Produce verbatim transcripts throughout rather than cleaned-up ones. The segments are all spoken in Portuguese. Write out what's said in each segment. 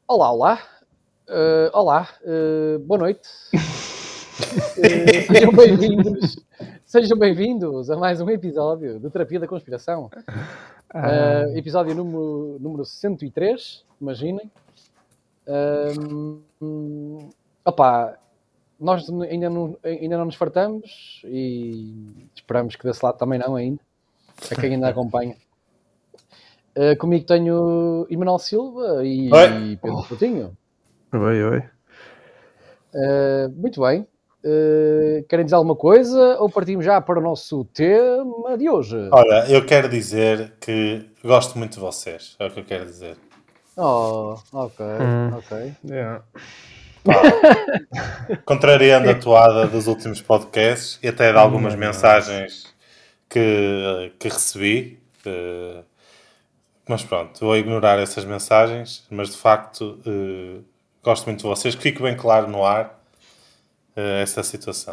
Olá, olá. Uh, olá, uh, boa noite. uh, sejam bem-vindos. Sejam bem-vindos a mais um episódio de Terapia da Conspiração. Uh, episódio número, número cento e três, imaginem. Uh, um, opá, nós ainda não, ainda não nos fartamos e esperamos que desse lado também não ainda, a quem ainda acompanha. Uh, comigo tenho Emanuel Silva e Oi. Pedro Coutinho. Oi, oi. Uh, muito bem. Uh, querem dizer alguma coisa ou partimos já para o nosso tema de hoje? Olha, eu quero dizer que gosto muito de vocês. É o que eu quero dizer. Oh, ok, Hum. ok. Yeah. Pá, contrariando a toada dos últimos podcasts e até de algumas Não, não. mensagens que, que recebi. Que... Mas pronto, vou ignorar essas mensagens. Mas de facto, uh, gosto muito de vocês. Que fique bem claro no ar uh, essa situação.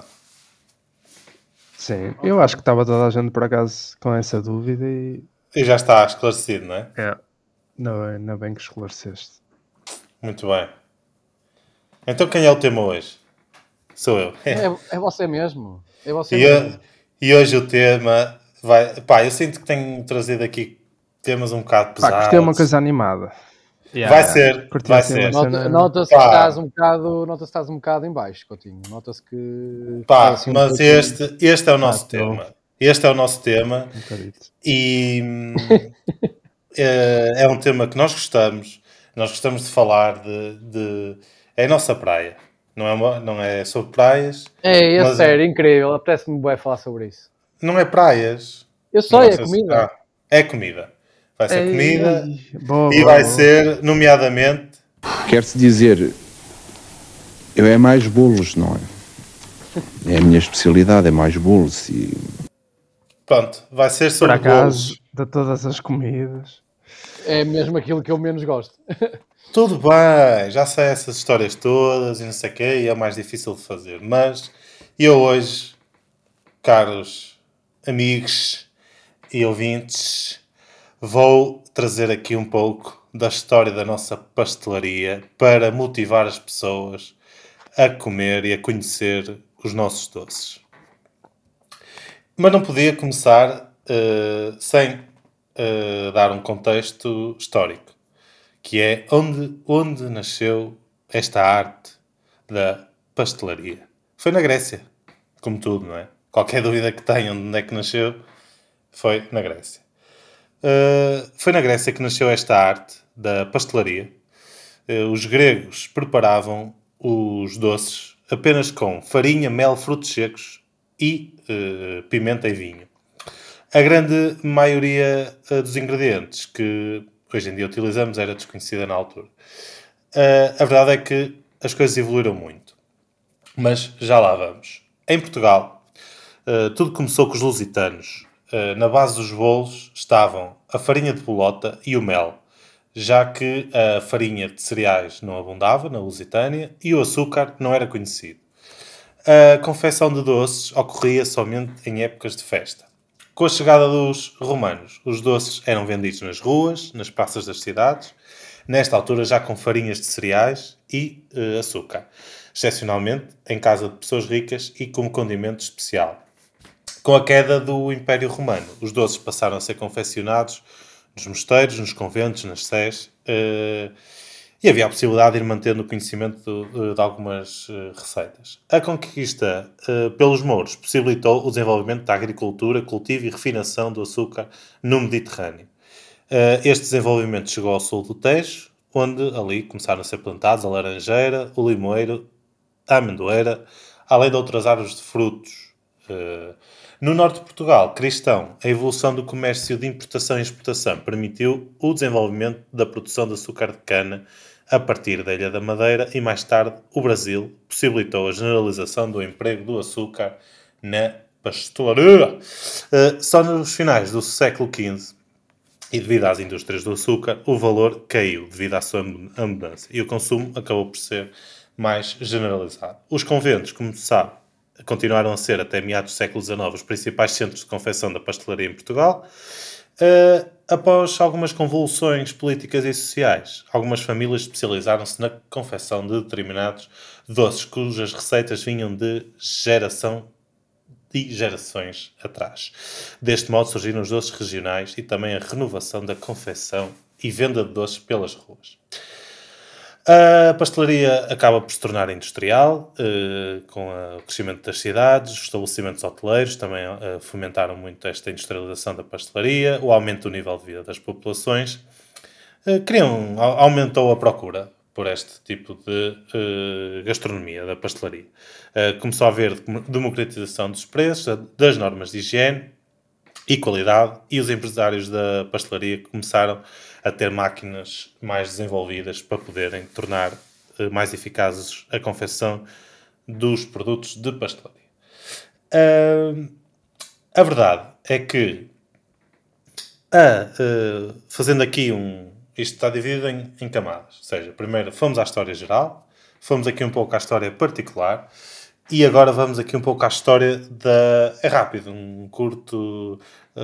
Sim, eu acho que estava toda a gente por acaso com essa dúvida e. E já está esclarecido, não é? É. Não, ainda bem que esclareceste. Muito bem. Então quem é o tema hoje? Sou eu. É, é você mesmo. É você E, mesmo. eu, e hoje o tema vai. Pá, eu sinto que tenho trazido aqui temas um bocado Pá, pesados. curti uma coisa animada. Yeah, vai yeah. ser, Curti vai assim ser. uma Nota, cena- nota-se que Pá. estás um bocado, nota-se que estás um bocado em baixo, Coutinho. Nota-se que Pá, estás assim um mas pouco- este, este é o nosso Ah, tô. tema. Este é o nosso tema Um bocadito. e hum, é, é um tema que nós gostamos. Nós gostamos de falar de. de- é a nossa praia. Não é, uma, não é sobre praias. É, é mas sério, incrível. Apetece-me bem falar sobre isso. Não é praias. Eu sei, Não é sei se- comida. ah, é comida. Vai ser Ei, comida boa, e boa, vai boa. ser, nomeadamente, Quer-se dizer, eu é mais bolos, não é? É a minha especialidade, é mais bolos. E pronto, vai ser Por sobre acaso, bolos. de todas as comidas. É mesmo aquilo que eu menos gosto. Tudo bem, já sei essas histórias todas e não sei o quê, e é mais difícil de fazer. Mas eu hoje, caros amigos e ouvintes, vou trazer aqui um pouco da história da nossa pastelaria para motivar as pessoas a comer e a conhecer os nossos doces. Mas não podia começar uh, sem uh, dar um contexto histórico, que é onde, onde nasceu esta arte da pastelaria. Foi na Grécia, como tudo, não é? Qualquer dúvida que tenham de onde é que nasceu, foi na Grécia. Uh, foi na Grécia que nasceu esta arte da pastelaria. Uh, os gregos preparavam os doces apenas com farinha, mel, frutos secos e uh, pimenta e vinho. A grande maioria uh, dos ingredientes que hoje em dia utilizamos era desconhecida na altura. Uh, a verdade é que as coisas evoluíram muito. Mas já lá vamos. Em Portugal, uh, tudo começou com os lusitanos. Uh, na base dos bolos estavam a farinha de bolota e o mel, já que a farinha de cereais não abundava na Lusitânia e o açúcar não era conhecido. A confecção de doces ocorria somente em épocas de festa. Com a chegada dos romanos, os doces eram vendidos nas ruas, nas praças das cidades, nesta altura já com farinhas de cereais e uh, açúcar, excepcionalmente em casa de pessoas ricas e como condimento especial. Com a queda do Império Romano, os doces passaram a ser confeccionados nos mosteiros, nos conventos, nas sés, uh, e havia a possibilidade de ir mantendo o conhecimento de, de algumas uh, receitas. A conquista uh, pelos mouros possibilitou o desenvolvimento da agricultura, cultivo e refinação do açúcar no Mediterrâneo. Uh, este desenvolvimento chegou ao sul do Tejo, onde ali começaram a ser plantados a laranjeira, o limoeiro, a amendoeira, além de outras árvores de frutos. Uh, no norte de Portugal, cristão, a evolução do comércio de importação e exportação permitiu o desenvolvimento da produção de açúcar de cana a partir da Ilha da Madeira e mais tarde o Brasil possibilitou a generalização do emprego do açúcar na pastelaria. Uh, só nos finais do século quinze e devido às indústrias do açúcar, o valor caiu devido à sua abundância e o consumo acabou por ser mais generalizado. Os conventos, como se sabe, continuaram a ser, até meados do século dezenove, os principais centros de confecção da pastelaria em Portugal. Uh, após algumas convulsões políticas e sociais, algumas famílias especializaram-se na confecção de determinados doces cujas receitas vinham de geração e gerações atrás. Deste modo surgiram os doces regionais e também a renovação da confecção e venda de doces pelas ruas. A pastelaria acaba por se tornar industrial, eh, com o crescimento das cidades, os estabelecimentos hoteleiros também eh, fomentaram muito esta industrialização da pastelaria, o aumento do nível de vida das populações, eh, criam, aumentou a procura por este tipo de eh, gastronomia da pastelaria. Eh, começou a haver democratização dos preços, das normas de higiene e qualidade, e os empresários da pastelaria começaram a ter máquinas mais desenvolvidas para poderem tornar uh, mais eficazes a confecção dos produtos de pastelaria. Uh, a verdade é que, a, uh, fazendo aqui um... Isto está dividido em, em camadas. Ou seja, primeiro fomos à história geral, fomos aqui um pouco à história particular, e agora vamos aqui um pouco à história da... É rápido, um curto...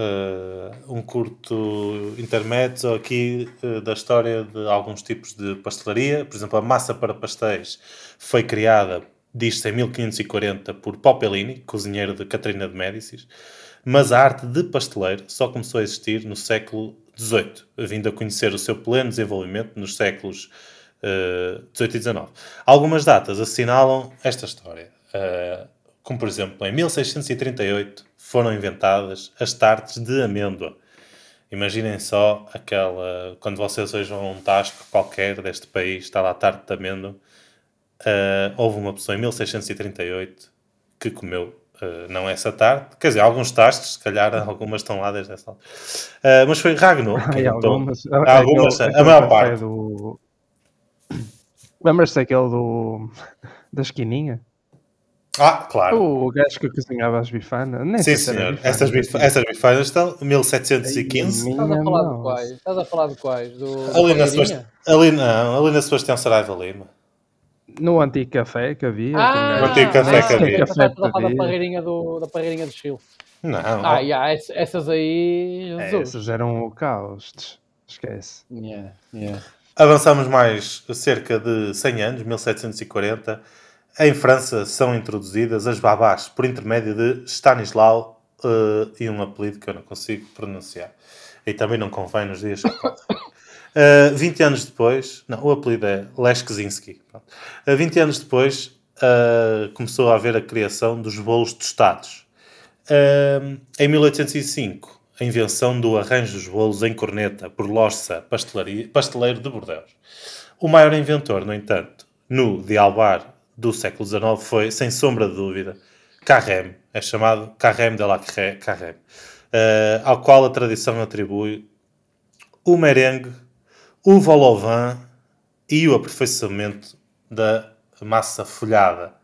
Uh, um curto intermédio aqui uh, da história de alguns tipos de pastelaria. Por exemplo, a massa para pastéis foi criada, diz-se, em mil quinhentos e quarenta por Popellini, cozinheiro de Catarina de Médicis, mas a arte de pasteleiro só começou a existir no século dezoito, vindo a conhecer o seu pleno desenvolvimento nos séculos uh, dezoito e dezanove. Algumas datas assinalam esta história, uh, como por exemplo, em mil seiscentos e trinta e oito foram inventadas as tartes de amêndoa. Imaginem só aquela... Quando vocês vejam um tasco qualquer deste país, está lá a tarte de amêndoa. Uh, houve uma pessoa em mil seiscentos e trinta e oito que comeu uh, não essa tarte. Quer dizer, alguns tascos, se calhar algumas estão lá desde essa altura. Uh, mas foi Ragnall que inventou. Algumas, algumas aquele, a maior parte. Do... Lembras-te daquele do... da esquininha? Ah, claro. O gajo que cozinhava as bifanas. Nem Sim, sei se era senhor. bifanas, Essas, bif assim. essas bifanas estão mil setecentos e quinze. Ai, Estás a minha falar de nossa. quais? Estás a falar de quais? Do, Ali da na, Palheirinha? Sebast... ali, não, ali na Sebastião Saraiva Lima. No antigo café que havia. Ah, que um No gajo- antigo café ah, que havia. eu Café estava a falar da havia. parreirinha do, da parreirinha do Chile. Não. Ah, yeah, ess- essas aí, É, Jesus. essas eram o caos. Esquece. Yeah, yeah. Avançamos mais cerca de cem anos, mil setecentos e quarenta. Em França são introduzidas as babás por intermédio de Stanislau uh, e um apelido que eu não consigo pronunciar. E também não convém nos dias que correm. Uh, vinte anos depois... Não, o apelido é Leszczynski. Uh, vinte anos depois uh, começou a haver a criação dos bolos tostados. Uh, em mil oitocentos e cinco, a invenção do arranjo dos bolos em corneta por Lossa, pasteleiro de Bordeaux. O maior inventor, no entanto, no de Albar do século dezanove foi, sem sombra de dúvida, Carême. É chamado Carême de la Carême, uh, ao qual a tradição atribui o merengue, o vol au vin e o aperfeiçoamento da massa folhada.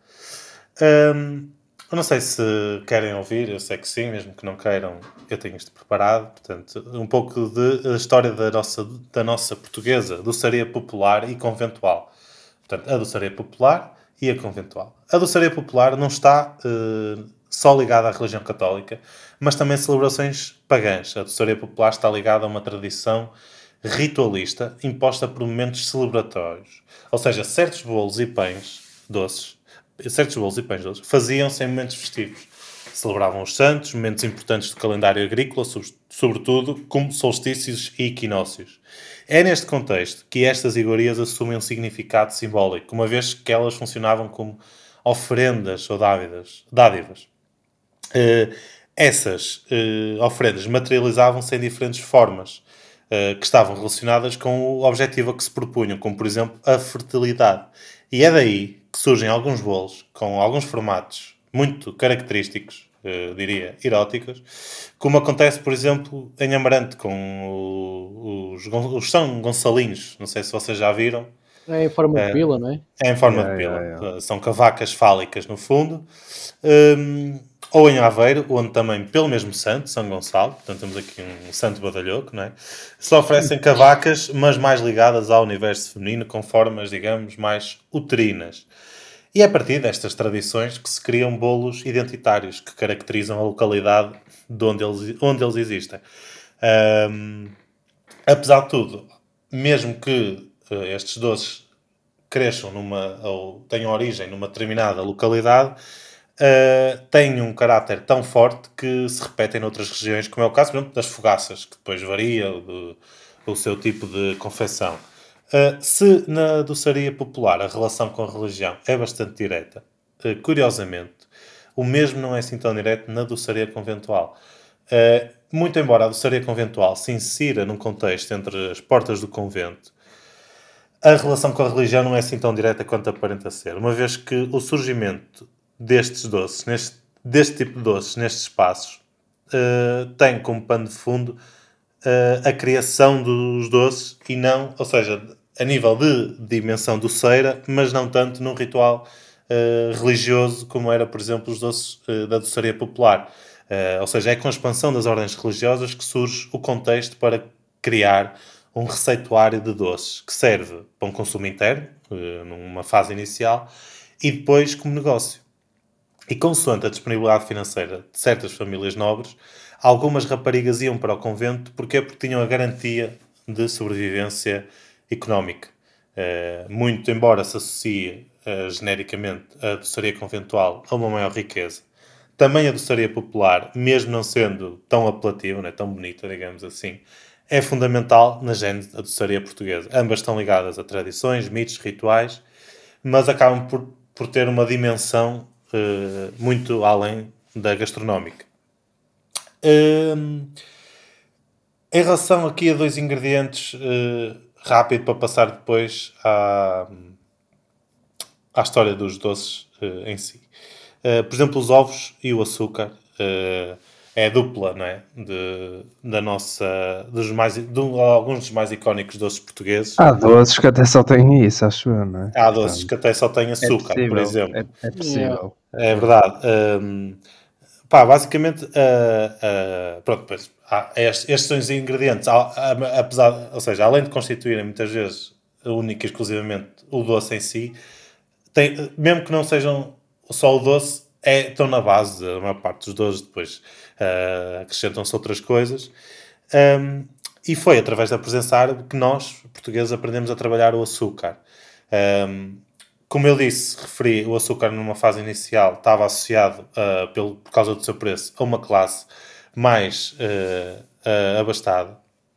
Um, eu não sei se querem ouvir, eu sei que sim, mesmo que não queiram, eu tenho isto preparado. Portanto, um pouco da história da nossa, da nossa portuguesa, doçaria popular e conventual. Portanto, a doçaria popular e a conventual. A doçaria popular não está uh, só ligada à religião católica, mas também a celebrações pagãs. A doçaria popular está ligada a uma tradição ritualista imposta por momentos celebratórios. Ou seja, certos bolos e pães doces, certos bolos e pães doces faziam-se em momentos festivos. Celebravam os santos, momentos importantes do calendário agrícola, sobretudo como solstícios e equinócios. É neste contexto que estas iguarias assumem um significado simbólico, uma vez que elas funcionavam como oferendas ou dádivas. dádivas. Uh, essas uh, oferendas materializavam-se em diferentes formas, uh, que estavam relacionadas com o objetivo a que se propunham, como por exemplo a fertilidade. E é daí que surgem alguns bolos com alguns formatos muito característicos, uh, diria, eróticos, como acontece, por exemplo, em Amarante, com o, os, os São Gonçalinhos. Não sei se vocês já viram. É em forma de É, pila, não é? É em forma Yeah, de pila. yeah, yeah. Uh, São cavacas fálicas, no fundo. Um, ou em Aveiro, onde também, pelo mesmo santo, São Gonçalo, portanto temos aqui um santo badalhoco, não é? Se oferecem cavacas, mas mais ligadas ao universo feminino, com formas, digamos, mais uterinas. E é a partir destas tradições que se criam bolos identitários que caracterizam a localidade de onde eles, onde eles existem. Um, apesar de tudo, mesmo que uh, estes doces cresçam numa, ou tenham origem numa determinada localidade, uh, têm um caráter tão forte que se repetem noutras regiões, como é o caso, por exemplo, das fogaças, que depois varia do, o seu tipo de confecção. Uh, se na doçaria popular a relação com a religião é bastante direta, uh, curiosamente, o mesmo não é assim tão direto na doçaria conventual. Uh, muito embora a doçaria conventual se insira num contexto entre as portas do convento, a relação com a religião não é assim tão direta quanto aparenta ser, uma vez que o surgimento destes doces, neste, deste tipo de doces, nestes espaços, uh, tem como pano de fundo uh, a criação dos doces e não, ou seja, a nível de dimensão doceira, mas não tanto num ritual uh, religioso como era, por exemplo, os doces uh, da doçaria popular. Uh, ou seja, é com a expansão das ordens religiosas que surge o contexto para criar um receituário de doces que serve para um consumo interno, numa fase inicial, e depois como negócio. E consoante a disponibilidade financeira de certas famílias nobres, algumas raparigas iam para o convento porque, porque tinham a garantia de sobrevivência económica. Muito embora se associe genericamente a doçaria conventual a uma maior riqueza, também a doçaria popular, mesmo não sendo tão apelativa, não é tão bonita, digamos assim, é fundamental na gênese da doçaria portuguesa. Ambas estão ligadas a tradições, mitos, rituais, mas acabam por, por ter uma dimensão uh, muito além da gastronómica. Uh, em relação aqui a dois ingredientes, uh, rápido para passar depois à, à história dos doces uh, em si. Uh, por exemplo, os ovos e o açúcar. Uh, É dupla, não é? De, da nossa, dos mais, de alguns dos mais icónicos doces portugueses. Há doces que até só têm isso, acho eu, não é? Há doces que até só têm açúcar, é por exemplo. É, é possível. É verdade. Um, pá, basicamente, uh, uh, pronto, pois, há, estes, estes são os ingredientes, apesar, ou seja, além de constituírem muitas vezes única e exclusivamente o doce em si, tem, mesmo que não sejam só o doce, é, estão na base da maior parte dos doces, depois uh, acrescentam-se outras coisas. Um, e foi através da presença árabe que nós, portugueses, aprendemos a trabalhar o açúcar. Um, como eu disse, referi, o açúcar numa fase inicial estava associado, uh, pelo, por causa do seu preço, a uma classe mais uh, uh, abastada.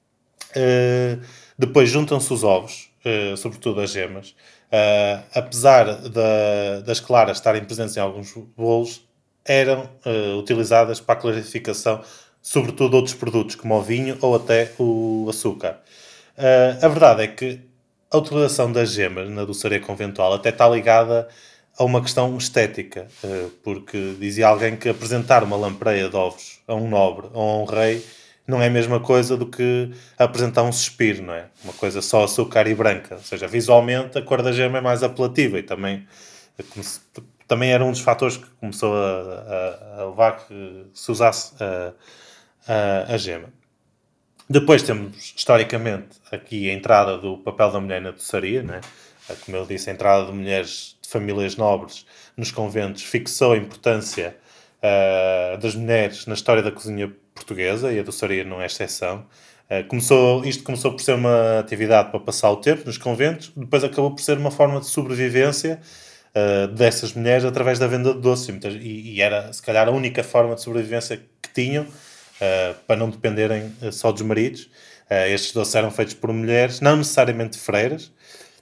Uh, depois juntam-se os ovos, uh, sobretudo as gemas. Uh, apesar da, das claras estarem presentes em alguns bolos, eram uh, utilizadas para a clarificação, sobretudo de outros produtos, como o vinho ou até o açúcar. Uh, a verdade é que a utilização das gemas na doçaria conventual até está ligada a uma questão estética, uh, porque dizia alguém que apresentar uma lampreia de ovos a um nobre ou a um rei não é a mesma coisa do que apresentar um suspiro, não é? Uma coisa só açúcar e branca. Ou seja, visualmente a cor da gema é mais apelativa e também, também era um dos fatores que começou a, a, a levar que se usasse a, a, a gema. Depois temos, historicamente, aqui a entrada do papel da mulher na doçaria, não é? Como eu disse, a entrada de mulheres de famílias nobres nos conventos fixou a importância uh, das mulheres na história da cozinha portuguesa, e a doçaria não é exceção. Uh, começou, isto começou por ser uma atividade para passar o tempo nos conventos, depois acabou por ser uma forma de sobrevivência uh, dessas mulheres através da venda de doces, e, e era, se calhar, a única forma de sobrevivência que tinham, uh, para não dependerem uh, só dos maridos. Uh, estes doces eram feitos por mulheres, não necessariamente freiras,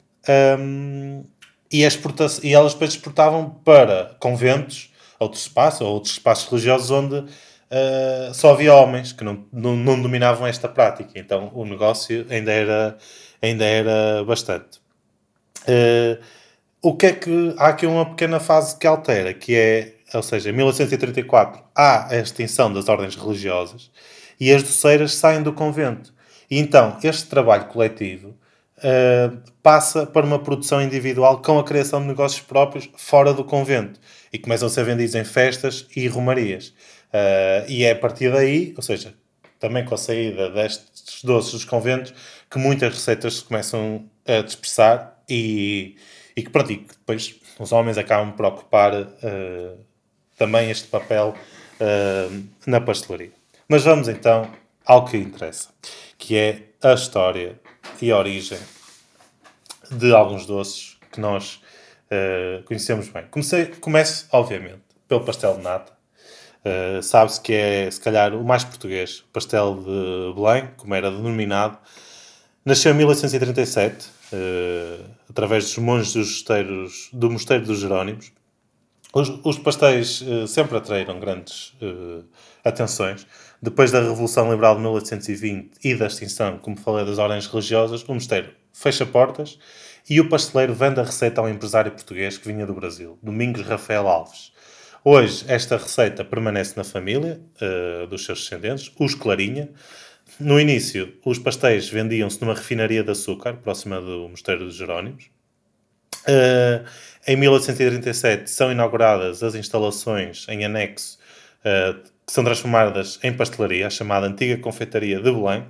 um, e, e elas depois exportavam para conventos, outros espaços, ou outros espaços religiosos onde Uh, só havia homens que não, não, não dominavam esta prática, então o negócio ainda era, ainda era bastante. Uh, o que é que há aqui uma pequena fase que altera, que é, ou seja, em mil oitocentos e trinta e quatro há a extinção das ordens religiosas e as doceiras saem do convento. E então este trabalho coletivo uh, passa para uma produção individual com a criação de negócios próprios fora do convento e começam a ser vendidos em festas e romarias. Uh, e é a partir daí, ou seja, também com a saída destes doces dos conventos, que muitas receitas se começam a dispersar e, e que, pronto, e que depois os homens acabam por ocupar uh, também este papel uh, na pastelaria. Mas vamos então ao que interessa, que é a história e a origem de alguns doces que nós uh, conhecemos bem. Comecei, começo, obviamente, pelo pastel de nata. Uh, sabe-se que é, se calhar, o mais português, o pastel de Belém, como era denominado. Nasceu em mil oitocentos e trinta e sete, uh, através dos monges dos mosteiros, do Mosteiro dos Jerónimos. Os, os pastéis uh, sempre atraíram grandes uh, atenções. Depois da Revolução Liberal de mil oitocentos e vinte e da extinção, como falei, das ordens religiosas, o mosteiro fecha portas e o pasteleiro vende a receita a um empresário português que vinha do Brasil, Domingos Rafael Alves. Hoje, esta receita permanece na família uh, dos seus descendentes, os Clarinha. No início, os pastéis vendiam-se numa refinaria de açúcar, próxima do Mosteiro dos Jerónimos. Uh, em mil oitocentos e trinta e sete são inauguradas as instalações em anexo uh, que são transformadas em pastelaria, a chamada Antiga Confeitaria de Belém.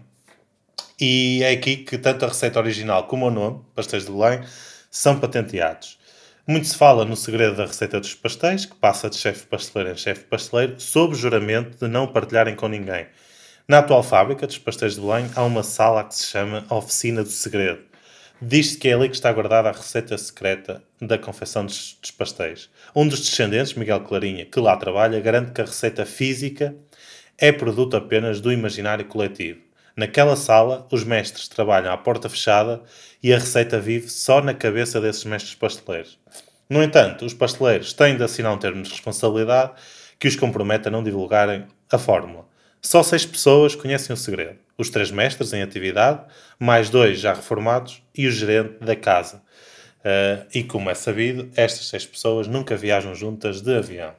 E é aqui que tanto a receita original como o nome, Pastéis de Belém, são patenteados. Muito se fala no segredo da receita dos pastéis, que passa de chefe pasteleiro em chefe pasteleiro, sob juramento de não partilharem com ninguém. Na atual fábrica dos Pastéis de Belém há uma sala que se chama Oficina do Segredo. Diz-se que é ali que está guardada a receita secreta da confecção dos, dos pastéis. Um dos descendentes, Miguel Clarinha, que lá trabalha, garante que a receita física é produto apenas do imaginário coletivo. Naquela sala, os mestres trabalham à porta fechada e a receita vive só na cabeça desses mestres pasteleiros. No entanto, os pasteleiros têm de assinar um termo de responsabilidade que os compromete a não divulgarem a fórmula. Só seis pessoas conhecem o segredo. Os três mestres em atividade, mais dois já reformados e o gerente da casa. Uh, e como é sabido, estas seis pessoas nunca viajam juntas de avião.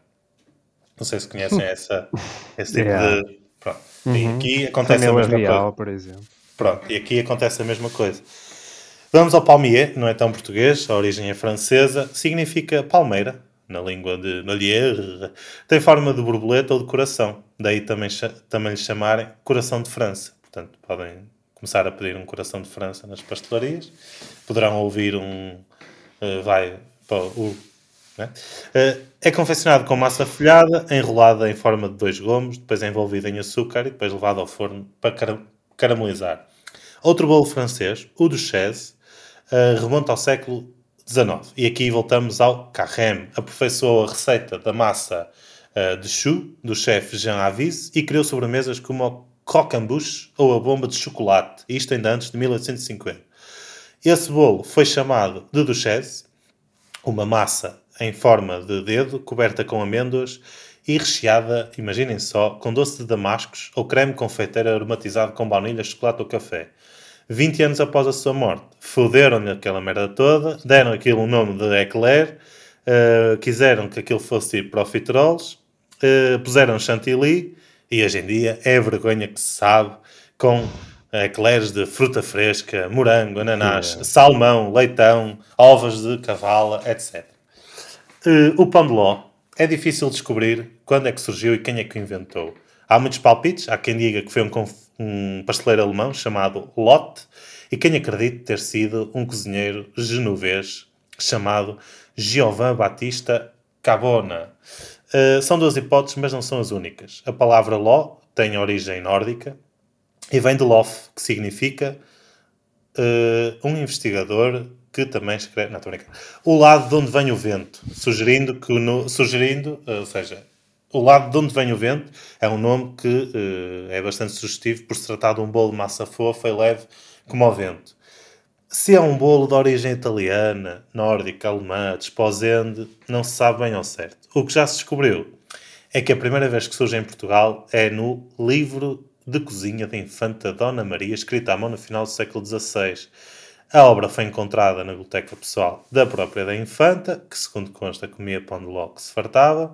Não sei se conhecem essa, esse tipo yeah. de... Pronto. Uhum. E aqui acontece Canela a mesma real, coisa. Por exemplo. Pronto, e aqui acontece a mesma coisa. Vamos ao palmier, não é tão português, a origem é francesa, significa palmeira, na língua de Molière, tem forma de borboleta ou de coração, daí também, também lhe chamarem coração de França. Portanto, podem começar a pedir um coração de França nas pastelarias, poderão ouvir um... Uh, vai para o... Né? Uh, é confeccionado com massa folhada, enrolada em forma de dois gomos, depois é envolvido em açúcar e depois levado ao forno para car- caramelizar. Outro bolo francês, o duchesse, uh, remonta ao século dezanove. E aqui voltamos ao carême. Aperfeiçoou a receita da massa uh, de choux do chefe Jean Avis e criou sobremesas como o croquembouche ou a bomba de chocolate. Isto ainda antes de mil oitocentos e cinquenta. Esse bolo foi chamado de duchesse, uma massa em forma de dedo, coberta com amêndoas e recheada, imaginem só, com doce de damascos ou creme confeiteiro aromatizado com baunilha, chocolate ou café. vinte anos após a sua morte, foderam-lhe aquela merda toda, deram aquilo o nome de eclair, uh, quiseram que aquilo fosse profiteroles, uh, puseram chantilly e hoje em dia é a vergonha que se sabe com eclairs de fruta fresca, morango, ananás, yeah. salmão, leitão, ovos de cavala, etcétera. Uh, o pão de ló é difícil descobrir quando é que surgiu e quem é que o inventou. Há muitos palpites, há quem diga que foi um, conf... um pasteleiro alemão chamado Lot e quem acredita ter sido um cozinheiro genovês chamado Giovan Battista Cabona. Uh, são duas hipóteses, mas não são as únicas. A palavra ló tem origem nórdica e vem de lof, que significa uh, um investigador que também escreve... Não, estou brincando. O lado de onde vem o vento, sugerindo que... No... Sugerindo, uh, ou seja... O lado de onde vem o vento é um nome que uh, é bastante sugestivo por se tratar de um bolo de massa fofa e leve como o vento. Se é um bolo de origem italiana, nórdica, alemã, desposende, não se sabe bem ao certo. O que já se descobriu é que a primeira vez que surge em Portugal é no livro de cozinha da infanta Dona Maria, escrito à mão no final do século dezasseis. A obra foi encontrada na biblioteca pessoal da própria da infanta, que segundo consta comia pão de ló que se fartava.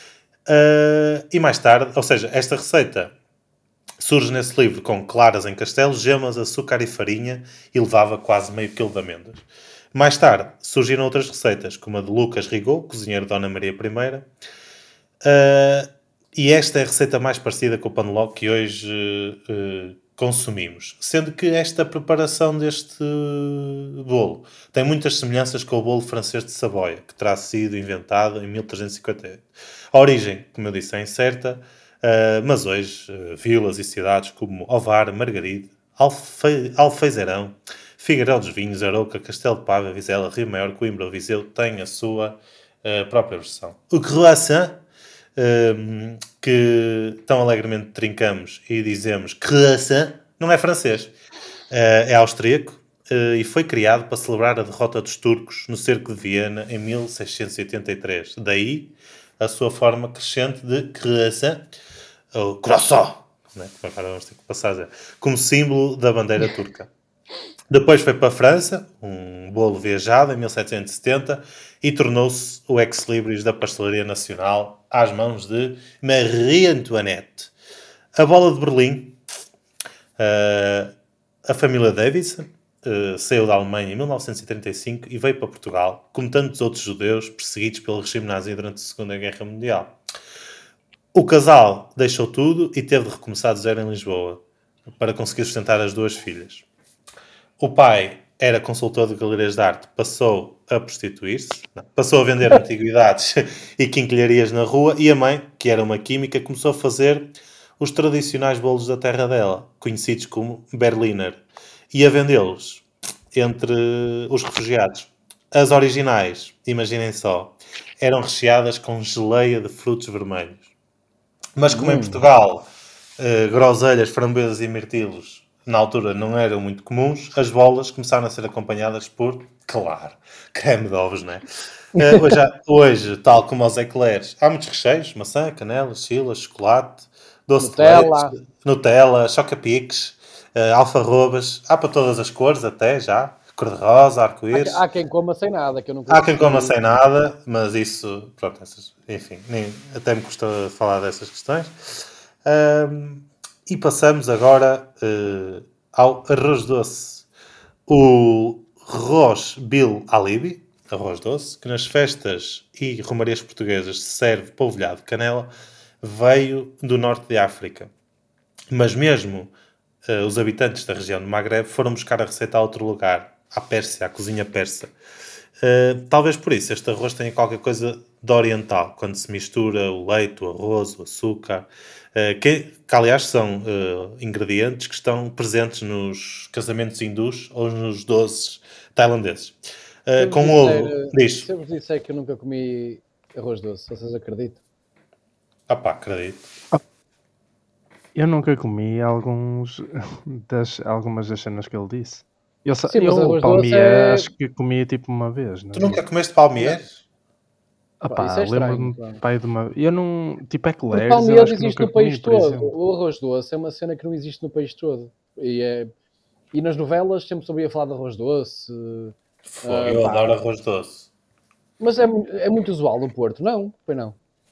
Uh, e mais tarde, ou seja, esta receita surge nesse livro com claras em castelo, gemas, açúcar e farinha e levava quase meio quilo de amêndoas. Mais tarde surgiram outras receitas, como a de Lucas Rigaud, cozinheiro de Dona Maria I. Uh, e esta é a receita mais parecida com o pão de ló que hoje uh, consumimos. Sendo que esta preparação deste bolo tem muitas semelhanças com o bolo francês de Savoia, que terá sido inventado em mil trezentos e cinquenta e oito. A origem, como eu disse, é incerta, uh, mas hoje uh, vilas e cidades como Ovar, Margaride, Alfe... Alfeizerão, Figueirão dos Vinhos, Arouca, Castelo de Paiva, Vizela, Rio Maior, Coimbra ou Viseu têm a sua uh, própria versão. O croissant, um, que tão alegremente trincamos e dizemos croissant, não é francês, uh, é austríaco uh, e foi criado para celebrar a derrota dos turcos no cerco de Viena em mil seiscentos e oitenta e três. Daí a sua forma crescente de croissant, ou croissant, né? Agora vamos ter que passar a dizer, como símbolo da bandeira turca. Depois foi para a França, um bolo viajado em mil setecentos e setenta, e tornou-se o ex-libris da pastelaria nacional às mãos de Marie Antoinette. A bola de Berlim, uh, a família Davidson, uh, saiu da Alemanha em mil novecentos e trinta e cinco e veio para Portugal, como tantos outros judeus perseguidos pelo regime nazi durante a Segunda Guerra Mundial. O casal deixou tudo e teve de recomeçar de zero em Lisboa, para conseguir sustentar as duas filhas. O pai era consultor de galerias de arte, passou a prostituir-se, não, passou a vender antiguidades e quinquilharias na rua, e a mãe, que era uma química, começou a fazer os tradicionais bolos da terra dela, conhecidos como Berliner, e a vendê-los entre os refugiados. As originais, imaginem só, eram recheadas com geleia de frutos vermelhos. Mas como hum. em Portugal, uh, groselhas, framboesas e mirtilos na altura não eram muito comuns, as bolas começaram a ser acompanhadas por, claro, creme de ovos, não é? Uh, hoje, hoje, tal como aos eclairs, há muitos recheios, maçã, canela, chila, chocolate, doce Nutella. de leite, Nutella, choca-piques, uh, alfarrobas, há para todas as cores até já, cor-de-rosa, arco-íris. Há, há quem coma sem nada, que eu nunca Há quem coma sem nada, mas isso, pronto, essas, enfim, nem, até me custa falar dessas questões. Um, E passamos agora uh, ao arroz doce. O Roche Bil Alibi, arroz doce, que nas festas e romarias portuguesas se serve polvilhado de canela, veio do norte de África. Mas mesmo uh, os habitantes da região do Maghreb foram buscar a receita a outro lugar, à Pérsia, à cozinha persa. Uh, talvez por isso este arroz tenha qualquer coisa de oriental, quando se mistura o leite, o arroz, o açúcar, uh, que, que aliás são uh, ingredientes que estão presentes nos casamentos hindus ou nos doces tailandeses. Uh, com ovo, diz. Se eu vos disser que eu nunca comi arroz doce, vocês acreditam? Ah pá, acredito. Eu nunca comi alguns das, algumas das cenas que ele disse. Eu, Sim, eu o palmier é... acho que comia tipo uma vez. Não? Tu nunca comeste palmier? Ah pá, isso é lembro-me de pai de uma... Eu não... Tipo eclairs, palmier eu acho que existe nunca no país comi, todo. O arroz doce é uma cena que não existe no país todo. E, é... e nas novelas sempre se ouvia falar de arroz doce. Foi, uh, eu pá. adoro arroz doce. Mas é, é muito usual no Porto, não? Foi não?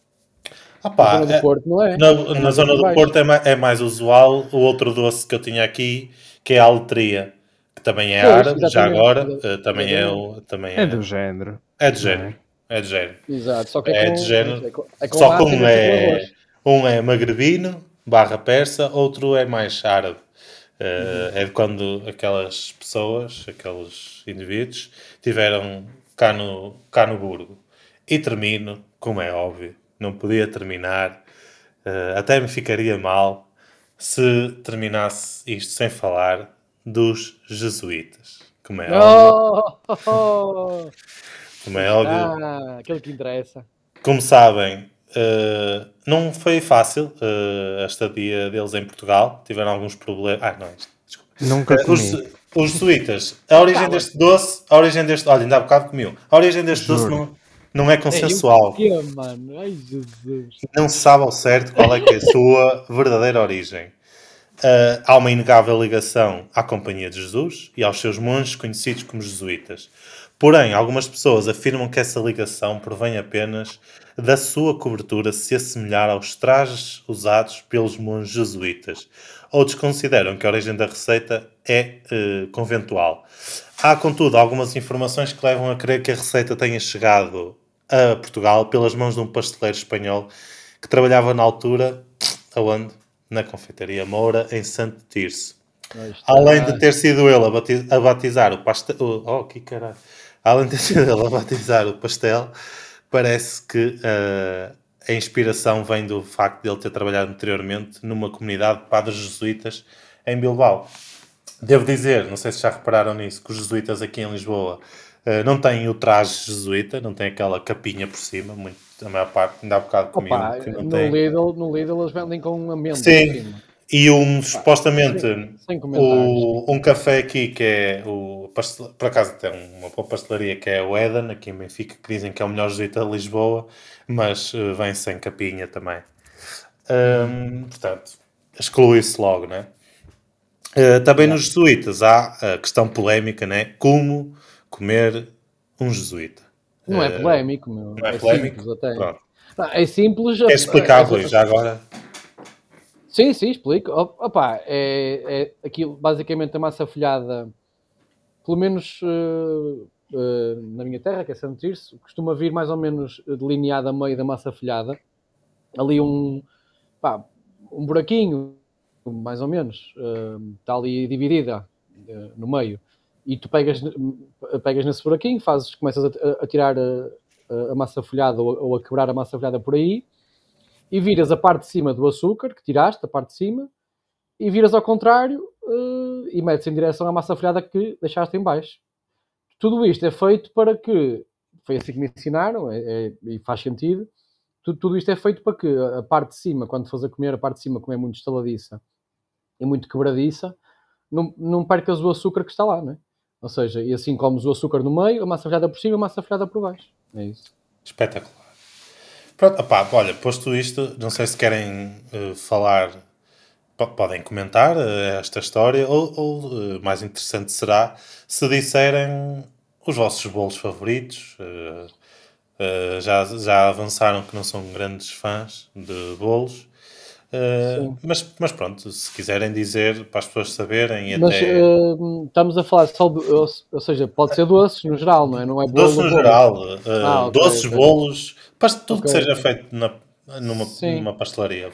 Ah, pá, na zona do Porto, não é? Na, é na zona do baixo. Porto é mais, é mais usual o outro doce que eu tinha aqui, que é a aletria, que também é pois, árabe, já agora, uh, também, é, o, também é... É do género. É de género. É de género. Exato, só que é, é com, de género. É com, é com só que um é, um é magrebino, barra persa, outro é mais árabe. Uh, uhum. É de quando aquelas pessoas, aqueles indivíduos, tiveram cá no, cá no Burgo. E termino, como é óbvio, não podia terminar, uh, até me ficaria mal se terminasse isto sem falar dos jesuítas. Como é óbvio. Oh, oh, oh. Como é óbvio. Ah, aquele que interessa. Como sabem, uh, não foi fácil uh, a estadia deles em Portugal. Tiveram alguns problemas. Ah, não, desculpa. Nunca comi. Os, os jesuítas, a origem deste doce, a origem deste. Olha, ainda há bocado comi um. A origem deste Juro. doce não, não é consensual. Ei, que, mano? Ai, Jesus. Não se sabe ao certo qual é que é a sua verdadeira origem. Uh, há uma inegável ligação à Companhia de Jesus e aos seus monges conhecidos como jesuítas. Porém, algumas pessoas afirmam que essa ligação provém apenas da sua cobertura se assemelhar aos trajes usados pelos monges jesuítas. Outros consideram que a origem da receita é uh, conventual. Há, contudo, algumas informações que levam a crer que a receita tenha chegado a Portugal pelas mãos de um pasteleiro espanhol que trabalhava na altura, aonde? Na confeitaria Moura, em Santo Tirso. Além de ter sido ele a, batiz- a batizar o pastel... Oh, que caralho! Além de ter sido ele a batizar o pastel, parece que uh, a inspiração vem do facto de ele ter trabalhado anteriormente numa comunidade de padres jesuítas em Bilbao. Devo dizer, não sei se já repararam nisso, que os jesuítas aqui em Lisboa uh, não têm o traje jesuíta, não têm aquela capinha por cima, muito, a maior parte, ainda há bocado comi um Opa, que não no tem. Lidl, no Lidl eles vendem com amêndoas por Sim, cima. e um, Pá, supostamente, sem, sem comentários. o, um café aqui que é, o, pastel- por acaso tem uma boa pastelaria que é o Eden, aqui em Benfica, que dizem que é o melhor jesuíta de Lisboa, mas uh, vem sem capinha também. Um, portanto, exclui-se logo, né? Uh, também nos jesuítas há a questão polémica, né? Como comer um jesuíta. Não é Uh, polémico, meu. não é É polémico? simples até. Pronto. Não, é simples. Quer a- explicar, essa- Rui, já agora? Sim, sim, explico. Op- Opa, é, é aquilo, basicamente a massa folhada, pelo menos uh, uh, na minha terra, que é Santo Tirso, costuma vir mais ou menos delineada a meio da massa folhada. Ali um, pá, um buraquinho, mais ou menos, uh, está ali dividida uh, no meio. E tu pegas, pegas nesse buraquinho, fazes, começas a, a tirar a, a massa folhada ou, ou a quebrar a massa folhada por aí, e viras a parte de cima do açúcar que tiraste, a parte de cima, e viras ao contrário uh, e metes em direção à massa folhada que deixaste em baixo. Tudo isto é feito para que, foi assim que me ensinaram, é, é, e faz sentido, tudo, tudo isto é feito para que a parte de cima, quando fores a comer, a parte de cima, como é muito estaladiça e muito quebradiça, não, não percas o açúcar que está lá, né? Ou seja, e assim comes o açúcar no meio, a massa folhada por cima, a massa folhada por baixo. É isso. Espetacular. Pronto, opá, olha, posto isto, não sei se querem uh, falar, p- podem comentar uh, esta história, ou, ou uh, mais interessante será se disserem os vossos bolos favoritos. Uh, uh, já, já avançaram que não são grandes fãs de bolos. Uh, mas, mas pronto, se quiserem dizer para as pessoas saberem e Mas até... uh, estamos a falar só de, ou, ou seja, pode ser doces no geral, não é? Não é bolo Doces no bolo. geral, uh, Ah, ok, doces, ok. bolos, pas- tudo que Ok, seja ok. feito na, numa, Sim. numa pastelaria.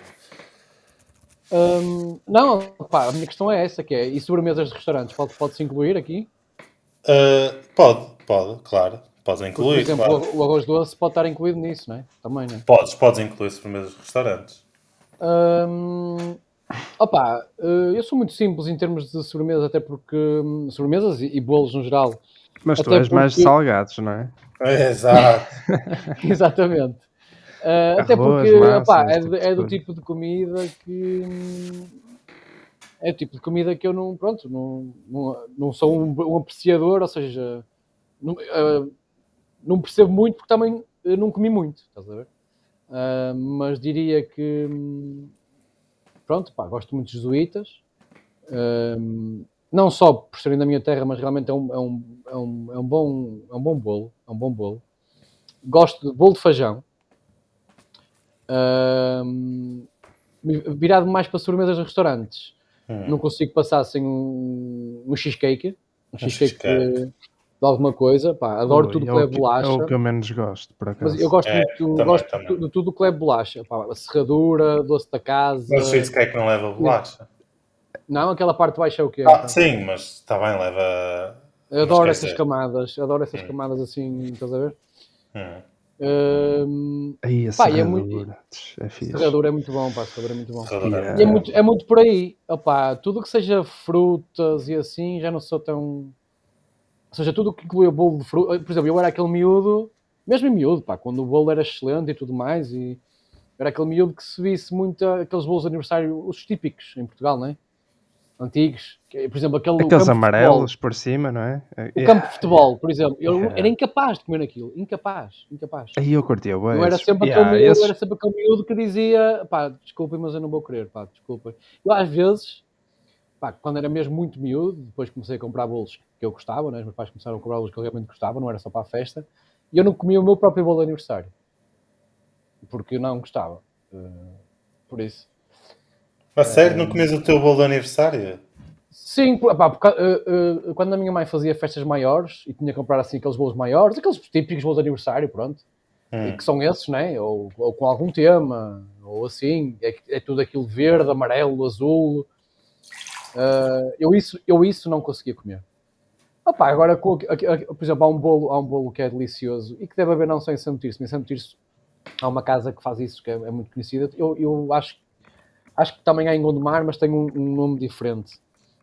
Hum, não, pá, a minha questão é essa, que é, e sobremesas de restaurantes, pode, pode-se incluir aqui? Uh, pode, pode, claro. Podes Porque, por incluir, exemplo, claro. o arroz doce pode estar incluído nisso, não é? Também, não é? Podes, podes incluir sobremesas de restaurantes. Hum, opa, eh, eu sou muito simples em termos de sobremesas, até porque hum, sobremesas e, e bolos no geral. Mas tu Até és mais de porque- salgados, não é? Exato. Exatamente. Eh, até Arroz, porque, massa, opá, é, esse tipo de- de é do coisa. tipo de comida que hum, é o tipo de comida que eu não, pronto, não, não, não sou um, um apreciador, ou seja, não, eh, não percebo muito porque também eh, não comi muito, estás a ver? Ah, mas diria que hum, pronto, pá, gosto muito de jesuítas. Hum, não só por serem da minha terra, mas realmente é um, é um, é um, é um bom, é um bom bolo. É um bom bolo. Gosto de bolo de feijão. Hum, virado mais para sobremesas de restaurantes. Hum. Não consigo passar sem um, um cheesecake. Um cheesecake cheesecake. de, de alguma coisa. Pá, adoro Ui, tudo que é, o leva que, é bolacha. o que eu menos gosto, por acaso. Mas eu gosto É, muito também, gosto também. de tudo que leva bolacha. Pá, a serradura, doce da casa. Mas o cheesecake não leva bolacha. Não, aquela parte de baixo é o quê? Ah, Então? sim, mas está bem, leva... Eu adoro Mas essas quer dizer, camadas, adoro essas Hum. camadas assim, estás a ver? hum, Hum, Aí a pá, e é muito. serradura, é fixe. Serradura é muito bom, pá, serradura é muito bom. serradura Yeah. E é muito, é muito por aí, opá, tudo que seja frutas e assim, já não sou tão. Ou seja, tudo que inclui o bolo de fruta. Por exemplo, eu era aquele miúdo, mesmo em miúdo, pá, quando o bolo era excelente e tudo mais, e era aquele miúdo que se visse muito aqueles bolos de aniversário, os típicos em Portugal, não é? Antigos, que, por exemplo, aquele o Aqueles campo de futebol. amarelos por cima, não é? O campo de futebol, por exemplo, eu Yeah. era incapaz de comer aquilo, incapaz, incapaz. Aí eu curtia bué Eu era esses. sempre, Yeah, aquele, miúdo, esses- era sempre aquele miúdo que dizia, pá, desculpem, mas eu não vou querer, pá, desculpem. Eu às vezes, pá, quando era mesmo muito miúdo, depois comecei a comprar bolos que eu gostava, né? Os meus pais começaram a comprar bolos que eu realmente gostava, não era só para a festa, e eu não comia o meu próprio bolo de aniversário, porque eu não gostava. Uh, por isso. A sério, não comes o teu bolo de aniversário? Sim, pá, porque, uh, uh, quando a minha mãe fazia festas maiores e tinha que comprar assim aqueles bolos maiores, aqueles típicos bolos de aniversário, pronto, Hum. e que são esses, né? Ou, ou com algum tema, ou assim, é, é tudo aquilo verde, amarelo, azul. Uh, eu, isso, eu isso não conseguia comer. Opa, agora, com, por exemplo, há um, bolo, há um bolo que é delicioso e que deve haver não só em Santo Tirso, em Santo Tirso há uma casa que faz isso, que é, é muito conhecida. Eu, eu acho, acho que também há em Gondomar, mas tem um, um nome diferente.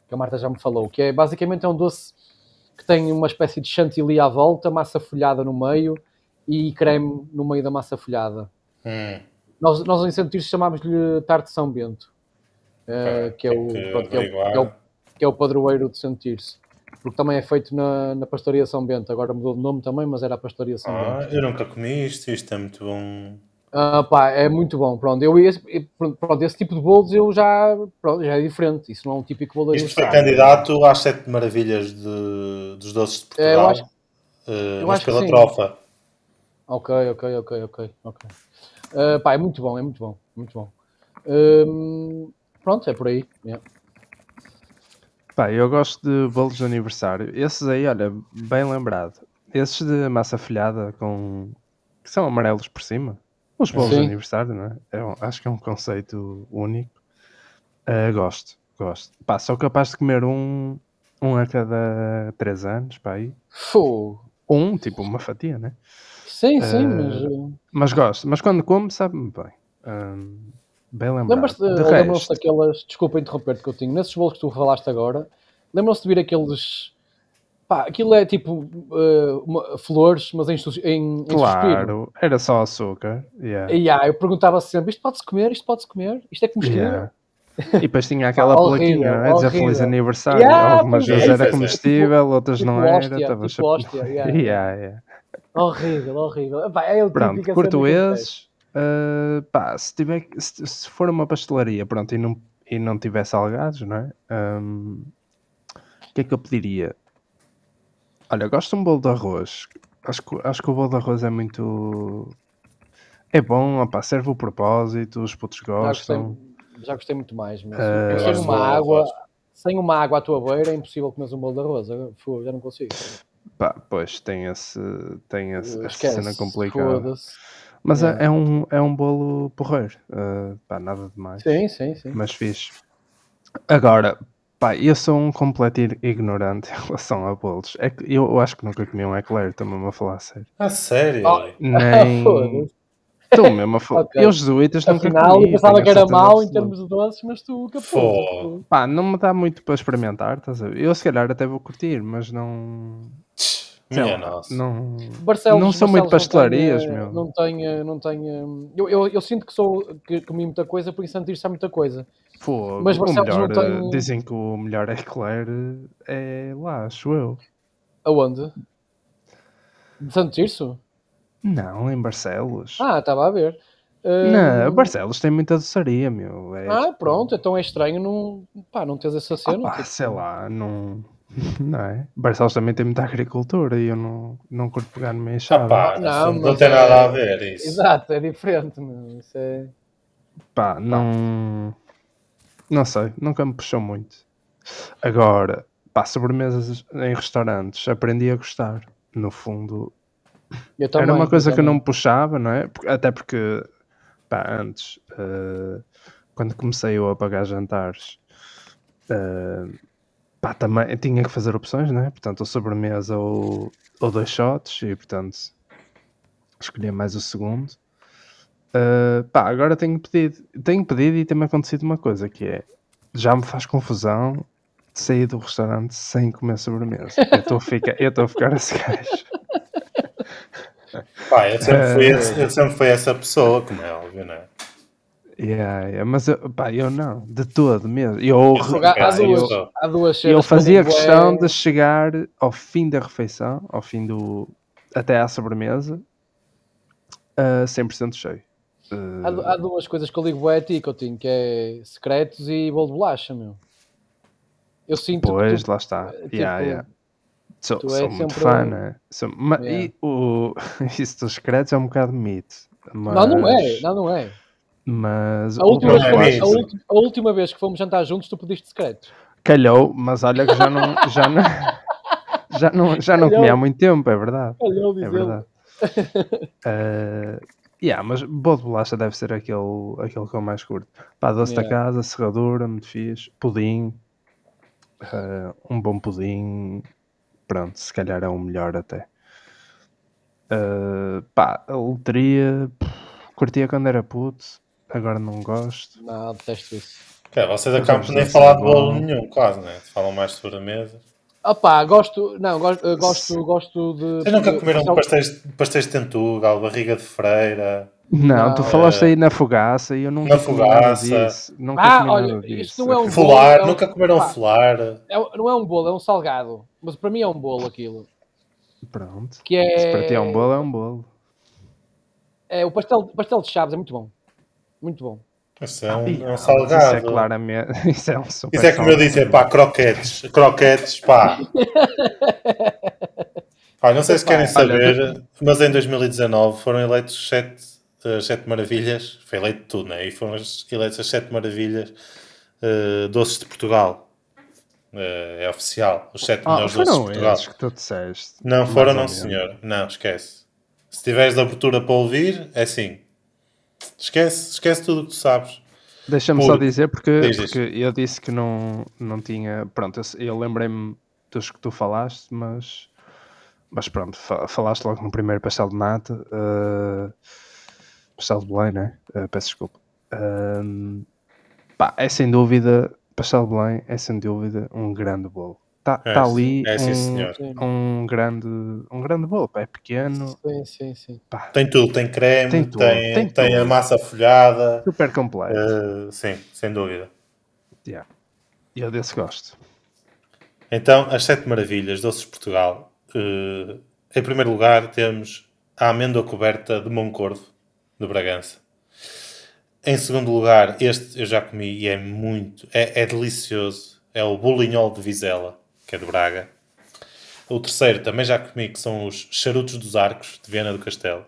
que a Marta já me falou, que é basicamente é um doce que tem uma espécie de chantilly à volta, massa folhada no meio e creme no meio da massa folhada. Hum, Nós, nós em Santo Tirso chamámos-lhe tarte São Bento, uh, ok. que, é Tem o, que pronto, que, é o, que, é o, averiguar. que é o padroeiro de Santo Tirso. Porque também é feito na, na Pastoria São Bento. Agora mudou de nome também, mas era a Pastoria São Ah, Bento. eu nunca comi isto. Isto é muito bom. Ah, pá, é muito bom. Pronto, eu, esse, pronto, esse tipo de bolos eu já, pronto, já é diferente. Isso não é um típico bolo de Isto foi aniversário. candidato às sete maravilhas de, dos doces de É, eu Portugal, acho, eh, eu mas acho que pela sim. trofa. Ok, ok, ok, ok, ok. Uh, pá, é muito bom, é muito bom, muito bom. Um, pronto, é por aí. Yeah. Pá, eu gosto de bolos de aniversário. Esses aí, olha, bem lembrado. Esses de massa folhada com... que são amarelos por cima. Os bolos de Sim. aniversário, não é? É um- acho que é um conceito único. Uh, gosto, gosto. Pá, sou capaz de comer um, um a cada três anos, pá, aí. Fogo. Um, tipo uma fatia, né? Sim, sim, Uh, mas... uh, Mas gosto. Mas quando como, sabe-me bem. Um, bem lembrado. Lembras-te, De ou lembram-se resto, daquelas... Desculpa interromper-te que eu tinha. Nesses bolos que tu falaste agora, lembram-se de vir aqueles... Pá, aquilo é tipo uh, uma- flores, mas em, sus- em, em suspiro. claro, era só açúcar. Yeah. E ah, eu perguntava sempre, isto pode-se comer? Isto pode-se comer? Isto é comestível? Yeah. E depois tinha aquela Pá, plaquinha, horrível, não é? Dizer feliz horrível. aniversário. Yeah, Algumas pois é, vezes era pois é. comestível, outras tipo não era. hóstia, Estava tipo hóstia, yeah, yeah, yeah. Horrível, horrível. Pá, é o Pronto, típico curto cena que acontece. esses. Uh, pá, se, tiver, se, se for uma pastelaria, pronto, e não, e não tiver salgados, não é? Um, o que é que eu pediria? Olha, eu gosto de um bolo de arroz. Acho que, acho que o bolo de arroz é muito... É bom, opá, serve o propósito, os putos Já gostei, gostam. já gostei muito mais, mas Uh, eu Eu sem gosto de uma bolo de água, arroz. sem uma água à tua beira é impossível comer um bolo de arroz. Eu, fu- já não consigo. Pá, pois, tem, esse, tem esse, Uh, essa cena Esquece, complicada. foda-se. Mas Yeah. é, é um, é um bolo porreiro. Uh, pá, nada demais. Sim, sim, sim. Mas fixe. Agora, pá, eu sou um completo ir- ignorante em relação a bolos. É que eu, eu acho que nunca comi um eclair, estou-me a falar a sério. Ah, sério? Oh, Nem. foda-se. Estou mesmo a falar. Ok. Eu, jesuítas, nunca Afinal, eu comi. pensava Tenho a que era certeza mau em absoluta. termos de doces, mas tu caputa. Fô. Pá, não me dá muito para experimentar, estás a ver? Eu se calhar até vou curtir, mas não. Tch, Sei Minha lá, nossa. não. Barcelos, Não são muito Barcelos pastelarias, meu. não tem, eh, não tem, não tem, eu, eu, eu sinto que sou que comi muita coisa, por isso Santo Tirso há muita coisa. Fogo. Mas O Barcelos melhor, não tem. eh, dizem que o melhor eclair eh, é lá, acho eu. Aonde? De Santo Tirso? Não, em Barcelos. Ah, estava a ver. Não, Hum, Barcelos tem muita doçaria, meu. É, ah, tipo, pronto, então é estranho não, pá, não teres essa ah, cena. pá, tipo, sei lá, não, não é? Barcelos também tem muita agricultura e eu não, não curto pegar no meio Ah, chave. pá, Não, não, mas tem é... nada a ver isso. Exato, é diferente, meu. Isso é... Pá, não, não sei, nunca me puxou muito. Agora, pá, sobremesas em restaurantes, aprendi a gostar. No fundo, Eu também, era uma coisa eu que eu não também. me puxava, não é? Porque- Até porque, pá, antes, eh, quando comecei eu a pagar jantares, eh, pá, também tinha que fazer opções, não é? Portanto, ou sobremesa ou, ou dois shots, e portanto, escolhi mais o segundo. Eh, pá, agora tenho pedido, tenho pedido e tem-me acontecido uma coisa, que é, já me faz confusão de sair do restaurante sem comer sobremesa. Eu estou a ficar, eu estou a ficar esse gajo. Pá, eu sempre, fui Eh, esse- eu sempre fui essa pessoa, como é óbvio, não é? Yeah, yeah, mas eu, pá, eu não, de todo mesmo. Eu, Eu Fogo, há, sempre fui há essa pá, eu, duas, pessoa. há duas eu cenas que eu fazia ligo questão é... de chegar ao fim da refeição, ao fim do. Até à sobremesa, a cem por cento cheio. Há, du- Uh, há duas coisas que eu ligo bué a ti, Coutinho, que é secretos e bolo de bolacha, meu. Eu sinto que pois, tu, lá está. eh, Yeah, tipo, yeah. Sou, tu sou és muito sempre... fã, né? Sou, ma- Yeah. E o, isso dos secretos é um bocado mito. Mas, Não, não é, não, não é. mas A o última, bolo vez de que Não é fomos, a, bolacha mito. ulti- a última vez que fomos jantar juntos, tu pediste secretos. calhou, mas olha que já não, já não, já não, já não comi há Calhou. muito tempo, é verdade. Calhou É dizê-lo. verdade. Uh, yeah, mas bolo de bolacha deve ser aquele, aquele que eu mais curto. Pá, doce da Yeah. casa, serradura, muito fixe. Pudim, uh, um bom pudim. Pronto, se calhar é o melhor até. Uh, pá, a loteria, pff, curtia quando era puto, agora não gosto. Não, detesto isso. Okay, vocês Os acabam ovos por nem doces falar é de bolo bom. nenhum, quase, né? Falam mais de sobremesa. Opá, gosto, não, gosto, gosto, gosto de... Vocês nunca de comeram pastel- pastéis, pastéis de tentugal, barriga de freira, Não, tu Não. falaste aí na fogaça e eu nunca Na comi nada fogaça. disso. Nunca Ah, comi olha, nada isto disso. não é um acredito. bolo, Folar, é um- nunca comeram pá, folar. é um- não é um bolo, é um salgado. Mas para mim é um bolo aquilo. Pronto. Que é... Se para ti é um bolo, é um bolo. É, o pastel, pastel de Chaves é muito bom. Muito bom. Isso é um, E, é ah, um mas Isso é salgado. claramente. Isso é um super Isso é como eu salgado. disse, é pá, croquetes. Croquetes, pá. Pá, não sei se Epá, querem saber, olha, mas em dois mil e dezanove foram eleitos sete, uh, sete maravilhas. Foi eleito tudo, né? E foram eleitos as sete maravilhas uh, doces de Portugal. Uh, é oficial. Os sete Ah, melhores doces de foram Portugal. esses que tu disseste. Não mais foram, ou não, menos. senhor. Não, esquece. Se tiveres de abertura para ouvir, é assim. Esquece, esquece tudo o que tu sabes. Deixa-me Por- só dizer, porque, Diz, diz. porque eu disse que não, não tinha. Pronto, eu, eu lembrei-me dos que tu falaste, mas. Mas pronto, fa- falaste logo no primeiro pastel de nata. uh, pastel de Belém, né? Uh, peço desculpa. Um, pá, é sem dúvida. Pastel de Belém é sem dúvida um grande bolo. Está É, tá ali é sim, um, senhor. um, grande, um grande bolo. Pá, é pequeno. Sim, sim, sim. Pá, Tem tudo, tem creme, Tem tem, tudo, tem, tem a tudo. massa folhada. super completo. Uh, sim, sem dúvida. Yeah. Eu desse gosto. Então, as sete maravilhas doces de Portugal. Uh, em primeiro lugar, temos a amêndoa coberta de Moncorvo, de Bragança. Em segundo lugar, este eu já comi e é muito, é, é delicioso. É o bolinhol de Vizela, que é de Braga. O terceiro também já comi, que são os charutos dos Arcos, de Viana do Castelo.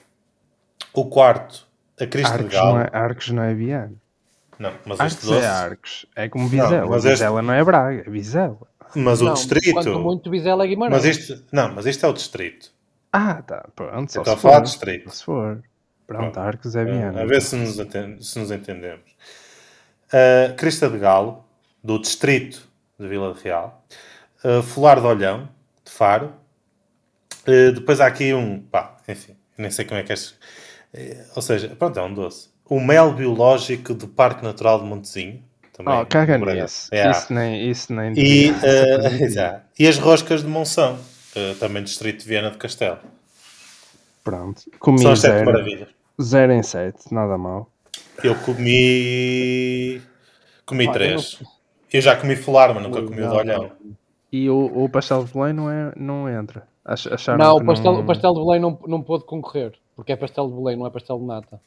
O quarto, a Cristo de Arcos não, Galo. é, Arcos não é Viana. Não, mas Arcos este doce... é Arcos. É como Vizela. mas Vizela este- não é Braga, é Vizela. Mas o Não, distrito... quanto muito Vizela é Guimarães. Mas este... Não, mas este é o distrito. Ah, tá. Pronto, só Eu estou se a falar for. de distrito. Só se for. Pronto, Pronto. Arcos é Uh, Viana. a ver se nos, aten- se nos entendemos. Uh, Crista de Galo, do distrito de Vila de Real. Uh, Folar de Olhão, de Faro. Uh, depois há aqui um... Pá, enfim, nem sei como é que é... Uh, ou seja, pronto, é um doce. O mel biológico do Parque Natural de Montezinho. Também, Oh, caga Braga. nisso. Yeah. Isso nem... Isso nem E, devia ser uh, permitido. exato. E as roscas de Monção, uh, também distrito de Viana do Castelo. Pronto. Comi São as sete zero. maravilhas. Zero em sete. Nada mal. Eu comi... Comi Ah, eu três. Eu já comi folar, mas nunca Ui, comi o de não, olhão. E o, o pastel de Belém não, é, não entra. Ach- Acharam Não, que o pastel, não... o pastel de Belém não, não pôde concorrer. Porque é pastel de Belém, não é pastel de nata.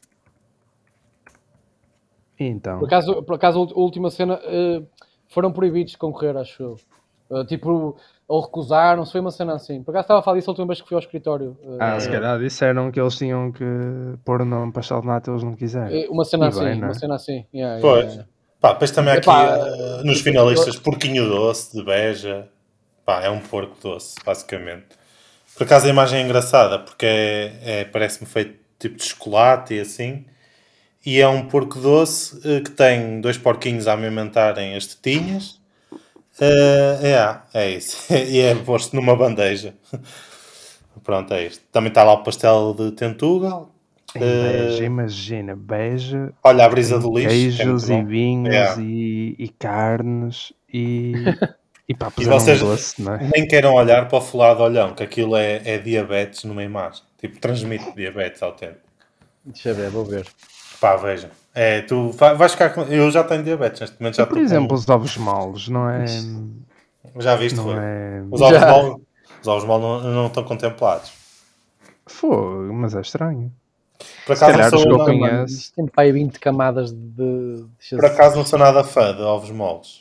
Então. Por acaso, por acaso a última cena eh, foram proibidos de concorrer, acho eu. Eh, tipo, ou recusaram-se, foi uma cena assim. Por acaso estava a falar disso a última vez que fui ao escritório. Eh, Ah, se calhar disseram que eles tinham que pôr o nome pastel de nata, eles não quiseram. eh, uma cena E assim, bem, não é? uma cena assim. Yeah, yeah, Pois. yeah. Pá, depois também há aqui Epá, uh, nos finalistas porquinho doce de Beja. Pá, é um porco doce, basicamente. Por acaso a imagem é engraçada, porque é, é- parece-me feito tipo de chocolate e assim. E é um porco doce uh, que tem dois porquinhos a amamentarem as tetinhas. Uh, é, é isso. E é posto numa bandeja. Pronto, é isto. Também está lá o pastel de Tentugal. Em Beja, Uh, imagina, Beja, olha, a brisa tem do lixo. que é muito queijos e bom. vinhos Yeah. e, e carnes e, e pá, E puseram vocês um doce, não é? nem queiram olhar para o folado de olhão, que aquilo é, é diabetes numa imagem. Tipo, transmite diabetes autêntico. Deixa eu ver, vou ver. Pá, vejam. É, tu vai- vais ficar com... Eu já tenho diabetes neste momento. Já E, por estou exemplo, com... os ovos moles, não é? Já viste, Não foi? é... Os ovos Já. mole, os ovos mole não, não estão contemplados. Fogo, mas é estranho. Por Se acaso, calhar não os sou, que eu não, conheço- Mano, isto tem para aí vinte camadas de... de... por acaso não sou nada fã de ovos moles.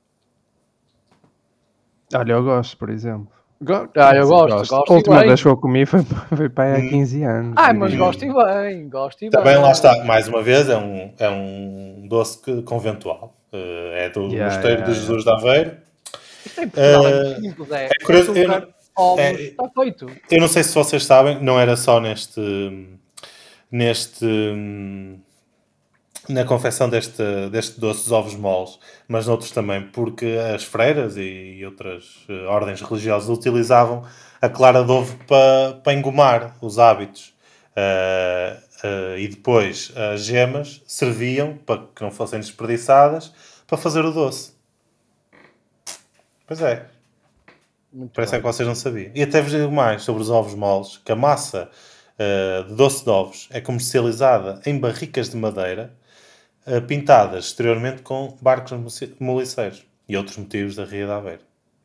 Olha, eu gosto, por exemplo. Go- Ah, eu gosto, gosto A e última bem. vez que eu comi foi, foi para aí há Hum. quinze anos. Ai, mas diria. gosto e bem, gosto e Também bem. lá está, mais uma vez, é um, é um doce que- conventual. Uh, é do Yeah, Mosteiro yeah, de Jesus de Aveiro. Isto em Portual é Eh, muito simples, é. é curioso, eu açúcar, não- ovos, é- está feito. Eu não sei se vocês sabem, não era só neste neste na confecção deste, deste doce dos ovos moles, mas noutros também, porque as freiras e outras eh, ordens religiosas utilizavam a clara de ovo para, para engomar os hábitos. Uh, uh, e depois as gemas serviam para que não fossem desperdiçadas para fazer o doce. Pois é. Muito Parece é bem. que vocês não sabiam. E até vos digo mais sobre os ovos moles, que a massa uh, de doce de ovos é comercializada em barricas de madeira uh, pintadas exteriormente com barcos moliceiros e outros motivos da Ria de Aveiro.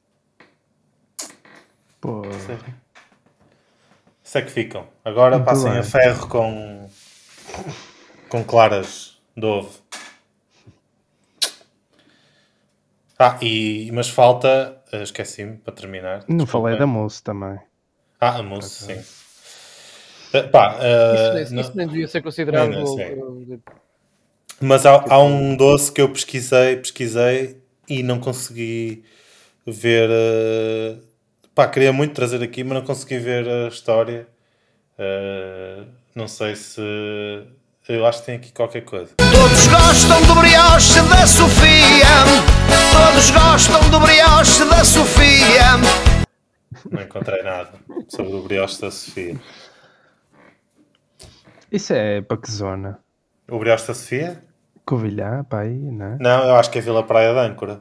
Pô, Isso é que ficam. Agora Muito passem bem. a ferro com, com claras de ovo. Ah, e, mas falta, uh, esqueci-me para terminar. não desculpem. falei da mousse também. Ah, a mousse, sim. Uh, pá, uh, Isso, nem- não- isso nem devia ser considerado. Não, não sei. uh, Mas há, há um doce que eu pesquisei, pesquisei e não consegui ver. Uh, pá, queria muito trazer aqui, mas não consegui ver a história. Uh, não sei se. Eu acho que tem aqui qualquer coisa. Todos gostam do brioche da Sofia. Todos gostam do brioche da Sofia. Não encontrei nada sobre o brioche da Sofia. Isso é para que zona? O brioche da Sofia? Covilhã, para aí, não é? Não, eu acho que é Vila Praia de Âncora.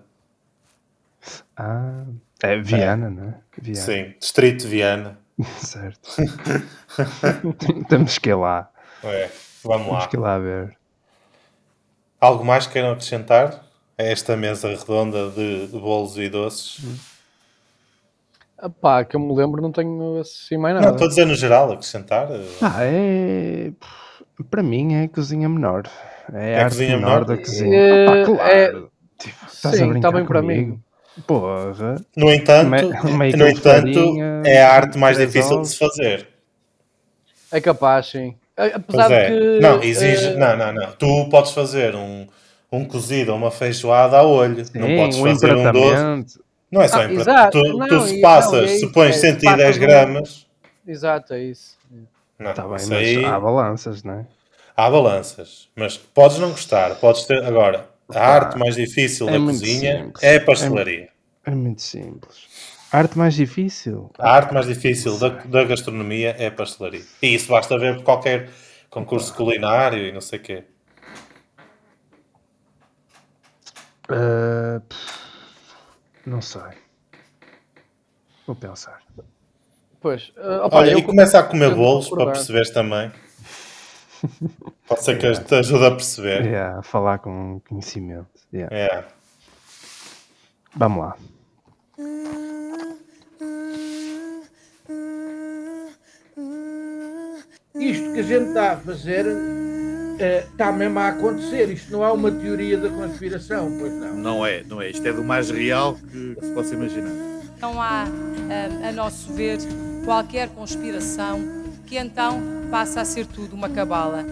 Ah, é Viana, não é? Viana. Sim, Distrito de Viana. Certo. Temos que ir lá. É, vamos Temos lá. que ir lá ver. Algo mais queiram acrescentar a esta mesa redonda de, de bolos e doces? ah, pá, que eu me lembro, não tenho assim mais Não, nada. estou a dizer no geral, acrescentar. Ah, é. Para mim é cozinha menor. É, É a arte cozinha menor, menor? da cozinha. É, Ah, pá, claro. Tipo, estás a sim, brincar está bem para comigo? mim. Porra. No entanto, Me- meio no quilo de entanto farinha, é a arte mais três difícil ovos. de se fazer. É capaz, sim. A- Pois Apesar é. de que. Não, exige. eh, Não, não, não. Tu podes fazer um, um cozido ou uma feijoada a olho. Não Sim, podes um fazer um doce. empratamento. Não é só ah, empratamento. exato. Tu, Não, tu se e- passas, não, e é se isso, pões é, se cento e dez passas um- gramas. Exato, é isso. Não, Está bem, isso mas aí. há balanças, não é? Há balanças, mas podes não gostar, podes ter. Agora, a Pá, arte mais difícil é da muito cozinha simples. é a pastelaria. É muito simples. A arte mais difícil? A arte mais difícil da, da gastronomia é a pastelaria. E isso basta ver por qualquer concurso culinário e não sei o quê. Ah, pff, não sei. Vou pensar. Pois. eh, opa, Olha, eu e começa a comer tento bolos para concordar. perceberes também. Pode ser que te ajude a perceber. Yeah, falar com conhecimento. Yeah. É. Vamos lá. Isto que a gente está a fazer eh, está mesmo a acontecer. Isto não é uma teoria da conspiração, pois não. Não é, não é. Isto é do mais real que se possa imaginar. Não há, a nosso ver, qualquer conspiração que então passa a ser tudo uma cabala.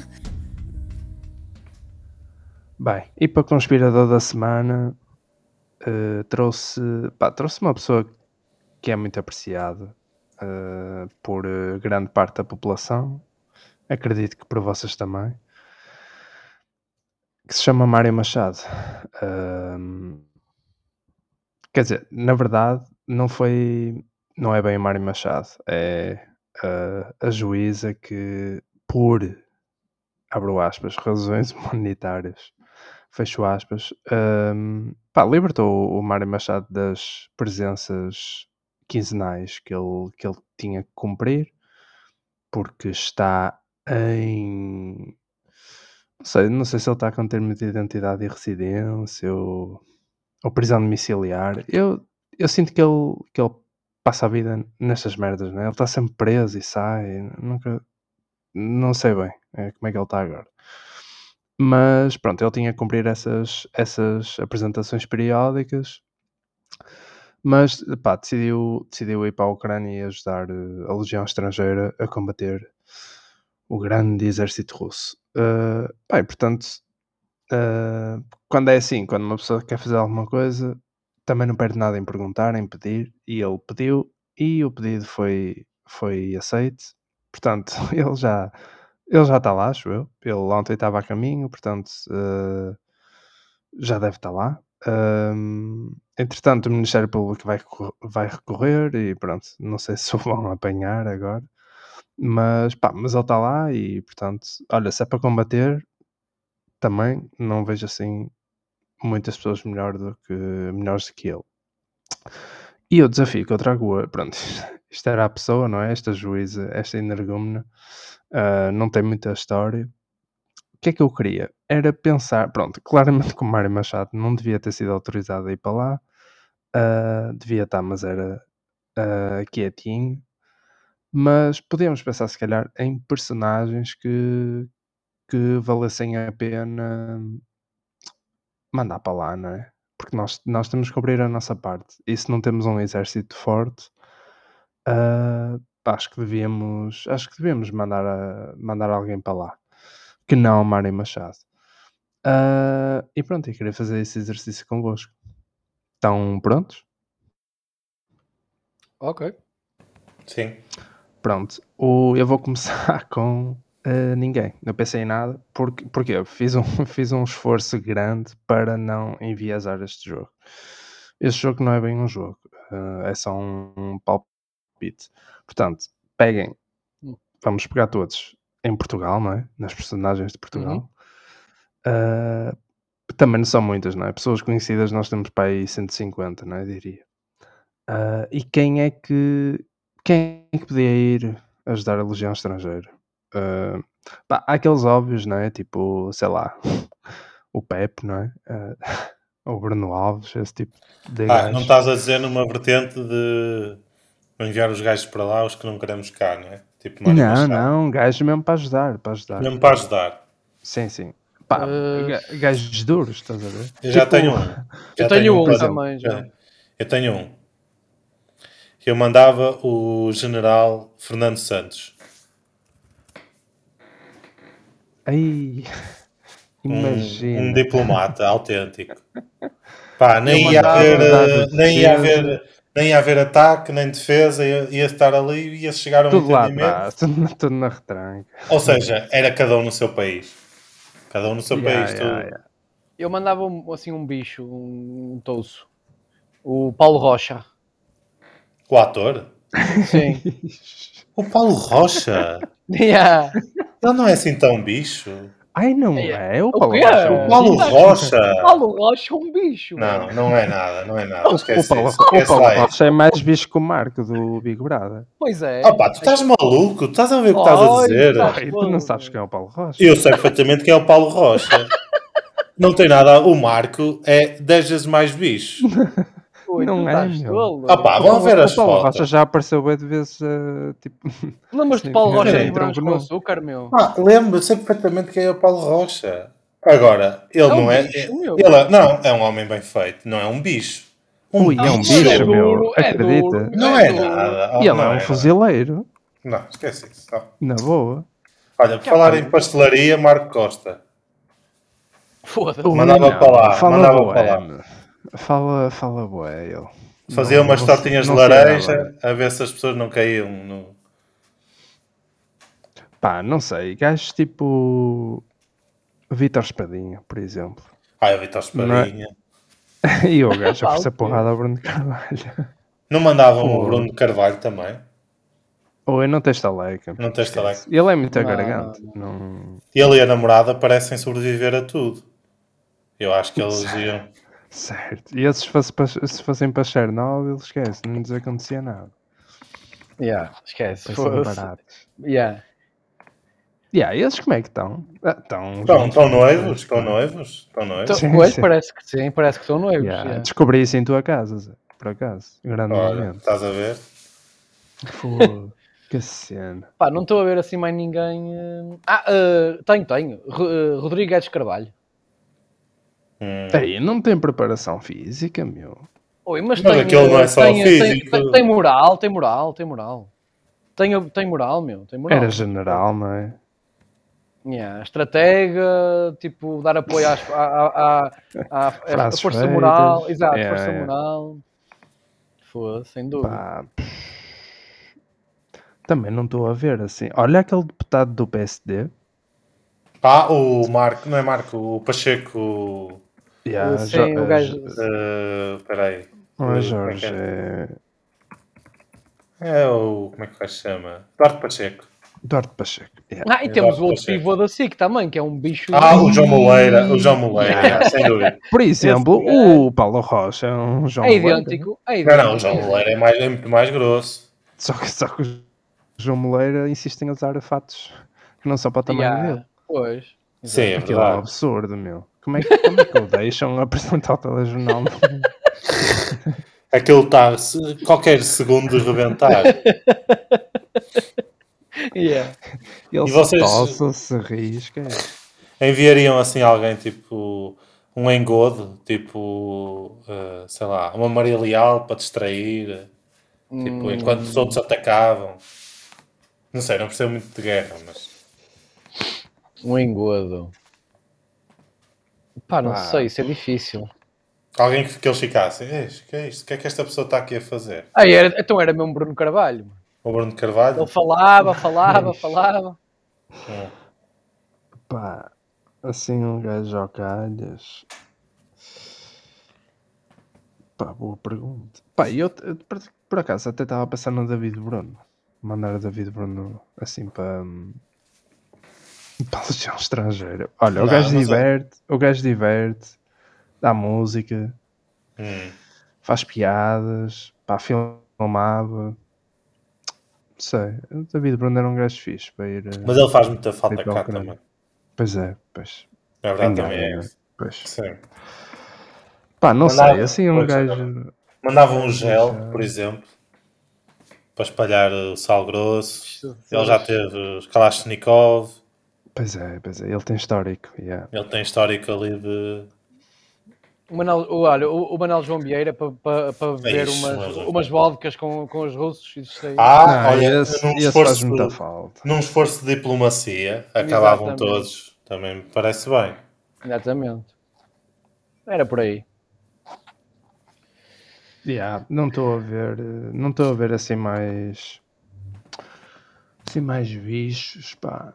Bem, e para o conspirador da semana, eh, trouxe, pá, trouxe uma pessoa que é muito apreciada eh, por eh, grande parte da população, acredito que por vocês também, que se chama Mário Machado. Ahm, quer dizer, na verdade, não foi, não é bem o Mário Machado, é ah, a juíza que, por, abro aspas, razões humanitárias, fecho aspas, ahm, pá, libertou o Mário Machado das presenças quinzenais que ele, que ele tinha que cumprir, porque está em... Não sei, não sei se ele está com termo de identidade e residência ou, ou prisão domiciliar. Eu, eu sinto que ele, que ele passa a vida nestas merdas, né? Ele está sempre preso e sai. Nunca, não sei bem é, como é que ele está agora. Mas pronto, ele tinha que cumprir essas, essas apresentações periódicas. Mas pá, decidiu, decidiu ir para a Ucrânia e ajudar uh, a Legião Estrangeira a combater o grande exército russo. Uh, pá, e, portanto, uh, quando é assim, quando uma pessoa quer fazer alguma coisa, também não perde nada em perguntar, em pedir, e ele pediu, e o pedido foi, foi aceito. Portanto, ele já, ele já está lá, acho eu. Ele ontem estava a caminho, portanto, uh, já deve estar lá. Um, entretanto, o Ministério Público vai, vai recorrer e pronto, não sei se o vão apanhar agora. Mas, pá, mas ele está lá e, portanto, olha, se é para combater, também não vejo assim muitas pessoas melhor do que, melhores do que ele. E o desafio que eu trago hoje, pronto, isto era a pessoa, não é? Esta juíza, esta energúmena, uh, não tem muita história. O que é que eu queria? Era pensar, pronto, claramente que o Mário Machado não devia ter sido autorizado a ir para lá, uh, devia estar, mas era uh, quietinho. Mas podíamos pensar, se calhar, em personagens que, que valessem a pena mandar para lá, não é? Porque nós, nós temos que cobrir a nossa parte. E se não temos um exército forte, uh, acho que devíamos, acho que devíamos mandar, a, mandar alguém para lá. Que não o Mário Machado. Uh, e pronto, eu queria fazer esse exercício convosco. Estão prontos? Ok. Sim. Pronto. O, eu vou começar com uh, ninguém. Não pensei em nada. Porque, porque eu fiz um, fiz um esforço grande para não enviesar este jogo. Este jogo não é bem um jogo. Uh, é só um, um palpite. Portanto, peguem. Vamos pegar todos em Portugal, não é? Nas personagens de Portugal. Uhum. Uh, também não são muitas, não é? Pessoas conhecidas nós temos para aí cento e cinquenta, não é? Diria. Uh, e quem é que quem é que podia ir ajudar a Legião Estrangeira? Uh, pá, há aqueles óbvios, não é? Tipo, sei lá, o Pepe, não é? Uh, o Bruno Alves, esse tipo de Ah, gajos. não estás a dizer numa vertente de enviar os gajos para lá, os que não queremos cá, não é? Tipo Mário Não, Machado. não, gajos mesmo para ajudar, para ajudar. Mesmo para ajudar. Sim, sim. Pá, Uh, gajos duros, estás a ver? Eu já Tipo, tenho um. Já eu tenho um para- também, já. Eu tenho um. Eu mandava o general Fernando Santos. Ai, Um, imagina. um diplomata autêntico. Pá, nem Eu ia, mandava- haver, Verdade, eh, nem, ia defesa. haver, nem ia haver ataque, nem defesa, ia, ia estar ali e ia chegar a um Tudo lá entendimento. atrás, tudo, tudo na retranca. Ou seja, era cada um no seu país. Cada um no seu Yeah, país. yeah, tudo. yeah. Eu mandava um, assim um bicho, um, um touço. O Paulo Rocha. O ator? Sim. O Paulo Rocha? Yeah. Ele não é assim tão bicho. Ai, não É. é? O O Paulo quê? Rocha é um O Paulo bicho. Rocha? O Paulo Rocha é um bicho. Não, não é nada, não é nada. O, Esquece Paulo, isso. o Esquece Paulo lá isso. Rocha é mais bicho que o Marco do Big Brother. Pois é. Opa, tu estás maluco? Tu estás a ver o que estás a Ai, dizer? estás- Ai, tu não sabes quem é o Paulo Rocha? Eu sei perfeitamente quem é o Paulo Rocha. Não tem nada. O Marco é dez vezes mais bicho. Ui, Não tu é, estás meu. tolo. Opa, O vão Paulo, ver as o Paulo fotos. Rocha já apareceu bem de vezes, uh, tipo... Lembras de sim, Paulo Rocha sim, em Morangos tronco com nu. Açúcar, meu? Ah, lembro, sei perfeitamente quem é o Paulo Rocha. Agora, ele É um não é. bicho, meu. Ele é- não, é um homem bem feito, não é um bicho. Um Ui, é um Mas bicho, é meu. duro, é Acredita? duro. Não é duro. nada. E ele não é um nada. fuzileiro. Não, esquece isso. Não. Na boa. Olha, por falar em pastelaria, Marco Costa. Foda-se. Ui, Mandava não, para lá, Fala mandava bué, para lá. meu. Fala, fala bué, ele. Fazia Não- umas não se- tortinhas de não se irá laranja bem. a ver se as pessoas não caíam no. Pá, não sei. Gajos tipo... Vítor Espadinha, por exemplo. Ai, o Vitor Espadinha. E o gajo a Pá, oferecer o quê? porrada ao Bruno de Carvalho. Não mandavam Pô. o Bruno de Carvalho também? Ou eu não tenho estaleca. Não tens Esquece. estaleca. Ele é muito Não, gargante. não, Não... Ele e a namorada parecem sobreviver a tudo. Eu acho que eles iam. Certo. E esses se fosse para- se fossem para Chernobyl, esquece, não lhes acontecia nada. Yeah, esquece. Parecem Foda-se. baratos. Yeah. E aí, eles como é que estão? Ah, estão Estão, juntos, estão noivos? parece, Estão não é? noivos? Estão noivos? Então, Sim, pois, sim. parece que sim, parece que são noivos. Yeah, yeah. Descobri isso em tua casa, Zé, por acaso. Grande Olha, momento. estás a ver? Fogo, que cena. Pá, não estou a ver assim mais ninguém. eh. Ah, eh, tenho, tenho. Ro- eh, Rodrigo Guedes Carvalho. Hum. Aí, não tem preparação física, meu. Oi, mas, Mas tem, aquilo não é eh, só tem, físico. Tem, tem, tem moral, tem moral, tem moral. Tem, tem moral, meu. Tem moral. Era general, não é? Yeah, estratega, tipo, dar apoio às, à, à, à, à- à Frases força feitas. moral. Exato, Yeah, força yeah. moral. Foda, sem dúvida. Pá, também não estou a ver assim. Olha aquele deputado do P S D. Ah, o Marco, não é Marco, o Pacheco. Yeah, Sim, Jo- o gajo. eh, Espera aí. Não é Eh, Jorge, como é, que é... é? É o. Como é que o gajo se chama? Eduardo Pacheco. Duarte Pacheco. Yeah. Ah, e temos Eduardo o outro Pacheco. pivô da S I C também, que é um bicho. Ah, o João Moleira, o João Moleira, sem dúvida. Por exemplo, Esse gajo- o Paulo Rocha é um João É Moleira. idêntico. É Não, idêntico. não, o João Moleira é, mais, é muito mais grosso. Só que, só que o João Moleira insiste em usar fatos que não são para o tamanho Yeah, dele. Pois. Sim, é Aquilo é um verdade. absurdo, meu. Como é que, como é que o deixam apresentar o telejornal? Aquilo está se- qualquer segundo de rebentar. Yeah. Ele E se vocês- tosse, se risca. Enviariam assim alguém tipo um engodo, tipo, uh, sei lá, uma Maria Leal para distrair, tipo, Hum, enquanto os outros atacavam. Não sei, não percebo muito de guerra, mas Um engodo. Pá, não Pá. sei, isso é difícil. alguém que, que eles ficassem, "Eish, que é isto? O que é que esta pessoa está aqui a fazer? Ah, era, então era mesmo Bruno Carvalho. O Bruno de Carvalho? Ele falava, falava, falava. Hum. Pá, assim um gajo ao calhas. Pá, boa pergunta. Pá, e eu, eu, por, por acaso até estava a pensar no David Bruno. Mandar o David Bruno assim para. hum, para a legião estrangeira. Olha, o Não, gajo mas é- diverte, o gajo diverte, dá música, Hum. faz piadas, pá, filmava. Não sei, o David Bruno era um gajo fixe para ir. eh, Mas ele faz muita falta Tipo, cá ok. também. Pois é, pois. Na verdade Engana, também é né? isso. Pois. Sim. Pá, não Mandava- sei, assim um pois, gajo. Mandava um gel, Já. por exemplo, para espalhar o sal grosso. Ele já teve os Kalashnikov. Pois é, pois é, ele tem histórico. Yeah. Ele tem histórico ali de... O Manel, o, olha, o, o Manel João Vieira para pa, pa ver Isso, umas, mas- umas vodkas com, com os russos. Isso aí. Ah, Não, olha, esse, num esse esforço faz muita de- falta. Num esforço de diplomacia, acabavam Exatamente. todos. Também me parece bem. Exatamente. Era por aí. Yeah, não estou a ver, eh, não estou a ver assim mais. Assim mais bichos, pá.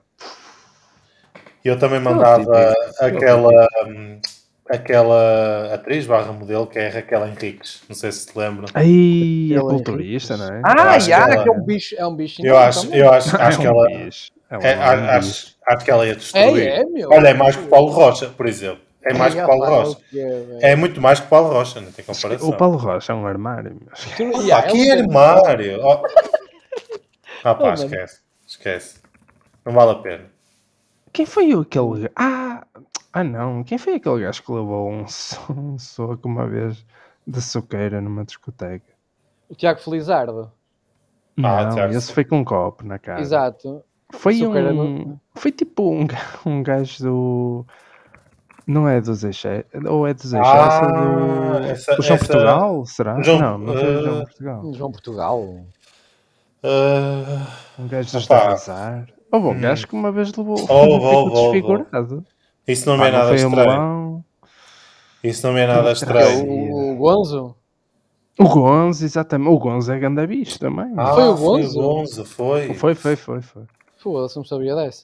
Eu também É o mandava típico, é o aquela, hum, aquela atriz barra modelo que é a Raquel Henriques. Não sei se te lembram. Aí, é Ele culturista, não é? Ah, acho já, que ela- que é um bicho. É um bicho Eu acho, também. eu acho, acho é que um ela... bicho. É um, É, é um a- bicho. acho, acho que ela ia destruir. É, é, meu. Olha, é mais que o Paulo Rocha, por exemplo. É mais que o Paulo Ai, Rocha. opa, é o quê, É muito mais que o Paulo Rocha, não tem comparação. O Paulo Rocha é um armário. meu. velho? Ah, Yeah, que ele tem- armário! Oh. Ah pá, Oh, mano. esquece. Esquece. Não vale a pena. Quem foi aquele. ga- Ah, ah, não. Quem foi aquele gajo que levou um, so- um soco uma vez de soqueira numa discoteca? O Tiago Felizardo. Ah, Não, Tiago, esse sim. foi com um copo na cara. Exato. Foi Soqueira um. no- Foi tipo um, ga- um gajo do. Não é do Zeixé? Ou é do Zeixé? Ah, essa do. essa- o João essa- Portugal? Será? João- não, não foi o João eh, Portugal. João Portugal. Ah, Um gajo dos Epá. de azar. Houve um Hum. gajo que uma vez levou. Houve, ficou houve, houve, desfigurado. isso não me Pá, é não nada foi o estranho. melão. Isso não me é nada Que Que é estranho. o, o Gonzo. O Gonzo, exatamente. O Gonzo é ganda bicho também. Ah, Foi o Foi Gonzo? o Gonzo, foi. Foi, foi, foi, foi. Foda-se, não sabia dessa.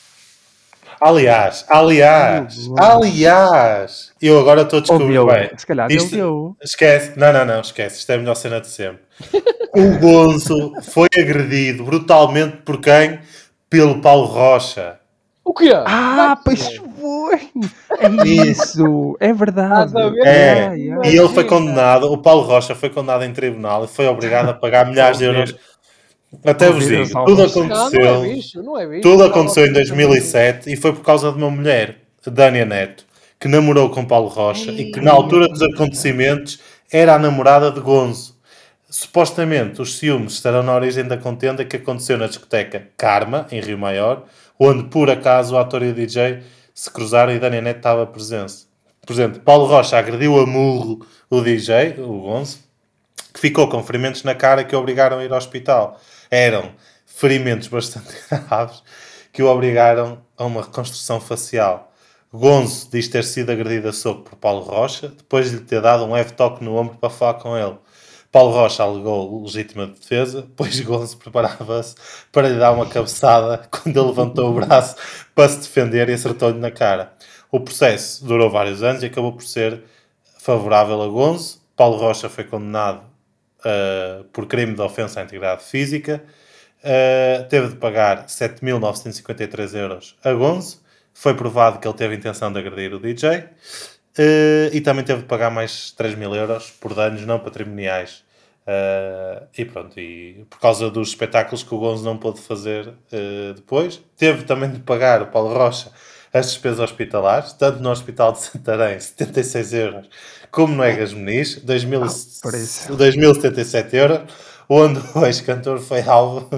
Aliás, aliás, Meu Deus. aliás, eu agora estou a descobrir Ouviu, bem. se calhar Isto- ele deu. Esquece, não, não, não, esquece. Isto é a melhor cena de sempre. O Gonzo foi agredido brutalmente por quem? Pelo Paulo Rocha. O quê? Ah, pois foi! É isso! É verdade! Estás a ver? É, Yeah, yeah. e ele foi Imagina. condenado, o Paulo Rocha foi condenado em tribunal e foi obrigado a pagar milhares de euros. Até vos Ouvir digo, as tudo aulas. Não, não é aconteceu. bicho, não é bicho. Tudo Não, aconteceu em não, dois mil e sete e foi por causa de uma mulher, Dânia Neto, que namorou com Paulo Rocha e que na altura dos acontecimentos era a namorada de Gonzo. Supostamente os ciúmes estarão na origem da contenda que aconteceu na discoteca Karma, em Rio Maior, onde por acaso o ator e o D J se cruzaram e Dânia Neto estava presente. Presente. Paulo Rocha agrediu a murro o D J, o Gonzo, que ficou com ferimentos na cara que o obrigaram a ir ao hospital. Eram ferimentos bastante graves que o obrigaram a uma reconstrução facial. Gonzo diz ter sido agredido a soco por Paulo Rocha, depois de lhe ter dado um leve toque no ombro para falar com ele. Paulo Rocha alegou legítima defesa, pois Gonzo preparava-se para lhe dar uma cabeçada quando ele levantou o braço para se defender e acertou-lhe na cara. O processo durou vários anos e acabou por ser favorável a Gonzo. Paulo Rocha foi condenado uh, por crime de ofensa à integridade física Uh, teve de pagar sete mil novecentos e cinquenta e três euros a Gonzo. Foi provado que ele teve a intenção de agredir o D J. Uh, e também teve de pagar mais três mil euros por danos não patrimoniais. Uh, e pronto, e por causa dos espetáculos que o Gonzo não pôde fazer uh, depois. Teve também de pagar o Paulo Rocha as despesas hospitalares, tanto no Hospital de Santarém, setenta e seis euros, como no Egas Muniz, dois mil e setenta e sete euros, onde o ex-cantor foi alvo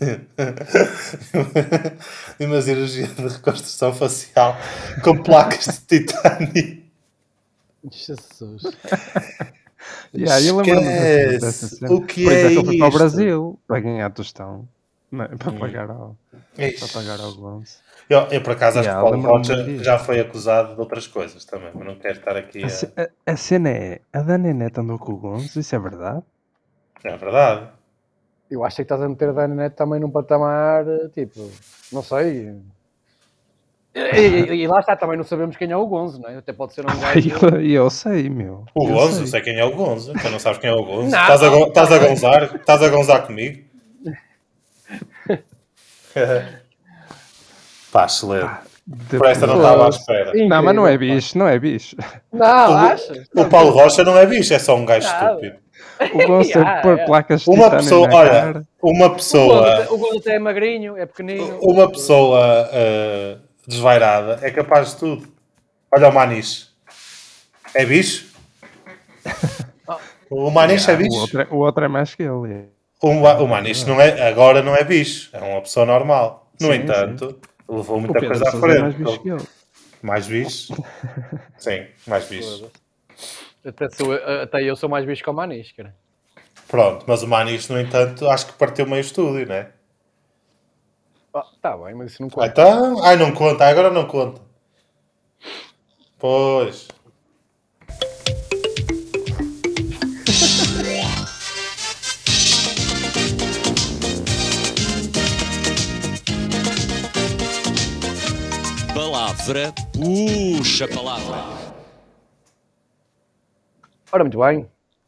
de uma cirurgia de reconstrução facial com placas de titânio. Jesus. Yeah, eu lembro-me dessa cena. O que Por é isso é que eu fui para o isto? Brasil para ganhar tostão, não é? Para Hum. pagar ao, para pagar ao Gonzo. Eu, eu, por acaso, Yeah, acho que o Paulo lembro-me Rocha disso. já foi acusado de outras coisas também, mas não quero estar aqui A, a... ce- a- a cena é, a Dani Neto andou com o Gonzo, isso é verdade? É verdade. Eu acho que estás a meter a Dani Neto também num patamar, tipo, não sei. E, e- e lá está, também não sabemos quem é o Gonzo, não é? Até pode ser um gajo. Eu, eu sei, meu. O eu Gonzo, sei. sei quem é o Gonzo. Tu não sabes quem é o Gonzo. Não. Estás a, go- estás a gonzar? Estás a gonzar comigo? Pá, excelente. Por esta não estava à espera. Não, mas não é Incrível, pá. bicho, não é bicho. Não, O, achas? o Paulo Rocha não é bicho, é só um gajo Não. estúpido. O Gonzo tem Yeah, que pôr yeah. placas de Uma titânio pessoa, na olha, cara. uma O Gonzo, pessoa, até- o Gonzo até é magrinho, é pequenino. uma pessoa uh, desvairada é capaz de tudo. Olha o Maniche. É bicho? O Maniche é Yeah, o, bicho? outro é, o outro é mais que ele. O, Ma- o Maniche não é, agora não é bicho, é uma pessoa normal. No Sim, entanto, levou O muita Pedro coisa à Sousa é mais frente. bicho que ele. Mais bicho? Sim, mais bicho. Até, sou, até eu sou mais bicho que o Manis, cara. Pronto, mas o Maniche, no entanto, acho que partiu meio estúdio, não é? Ah, tá bem, mas isso não Ah, conta. então, ai, não conta, agora não conta. Pois. Palavra, puxa palavra. Ora, muito bem.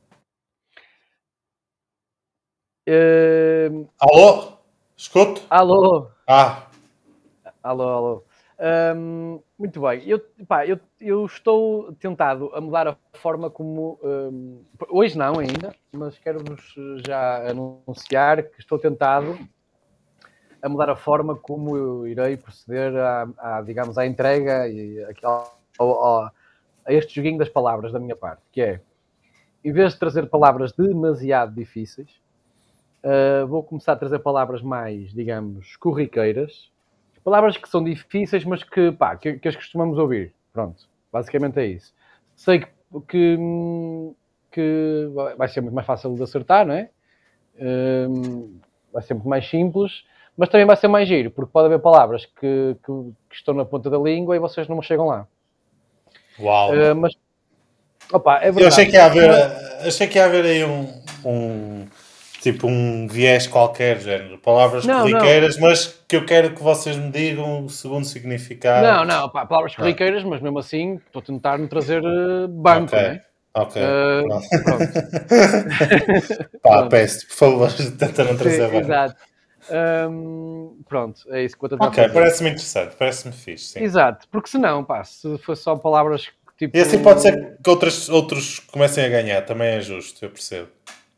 Ehm, Alô? Escuto? alô? Ah, Alô, alô. Ahm, muito bem. Eu, pá, eu, eu estou tentado a mudar a forma como... ahm, hoje não ainda, mas quero-vos já anunciar que estou tentado a mudar a forma como eu irei proceder à, à, digamos, à entrega e ao, ao, a este joguinho das palavras da minha parte, que é, em vez de trazer palavras demasiado difíceis, uh, vou começar a trazer palavras mais, digamos, corriqueiras, palavras que são difíceis, mas que, pá, que, que as costumamos ouvir. Pronto, basicamente é isso. Sei que, que, que vai ser muito mais fácil de acertar, não é? Um, vai ser muito mais simples, mas também vai ser mais giro, porque pode haver palavras que, que, que estão na ponta da língua e vocês não chegam lá. uau. Uh, mas, opa, é verdade. Eu achei que ia haver, achei que ia haver aí um, um tipo um viés qualquer, género. Palavras Não, corriqueiras, mas que eu quero que vocês me digam o segundo significado. Não, não, pá, palavras corriqueiras, mas mesmo assim estou a tentar me trazer uh, banco, Ok, não é? ok. Uh, Pronto. pronto. Pá, Pronto. peço, por favor, tenta não trazer Sim, bem. exato. Um, pronto, é isso que vou tentar Ok, fazer. parece-me interessante, parece-me fixe, sim. Exato, porque senão, pá, se for só palavras que tipo... E assim pode ser que outras, outros comecem a ganhar, também é justo, eu percebo.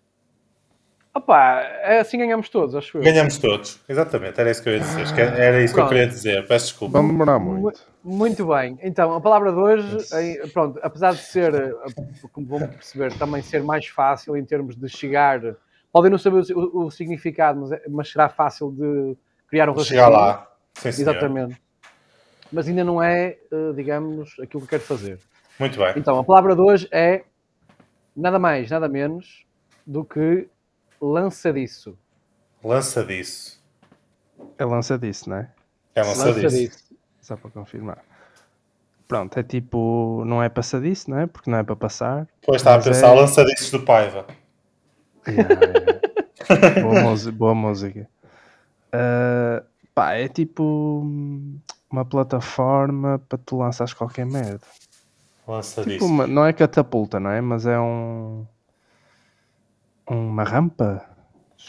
Opá, é assim ganhamos todos, acho eu. Ganhamos todos, exatamente, era isso que eu ia dizer. Era isso que eu Pronto. queria dizer, peço desculpa. Vamos demorar muito. Muito bem, então a palavra de hoje, eh, pronto, apesar de ser, eh, como vão perceber, também ser mais fácil em termos de chegar, podem não saber o, o- o significado, mas, é- mas será fácil de criar um raciocínio. Chegar lá. Sim, senhor. Exatamente. Mas ainda não é, eh, digamos, aquilo que eu quero fazer. Muito bem. Então, a palavra de hoje é nada mais, nada menos do que lançadiço. Lança disso. É lançadiço, não é? É lança disso. Lançadiço. Só para confirmar. Pronto, é tipo, não é passadiço, não é? Porque não é para passar. Pois estava a mas pensar, é... lança disso do Paiva. Yeah, yeah. boa, música, boa música. Uh, pá, é tipo uma plataforma para tu lançares qualquer merda. Lança Tipo disso. uma- não é catapulta, não é? Mas é um. Uma rampa?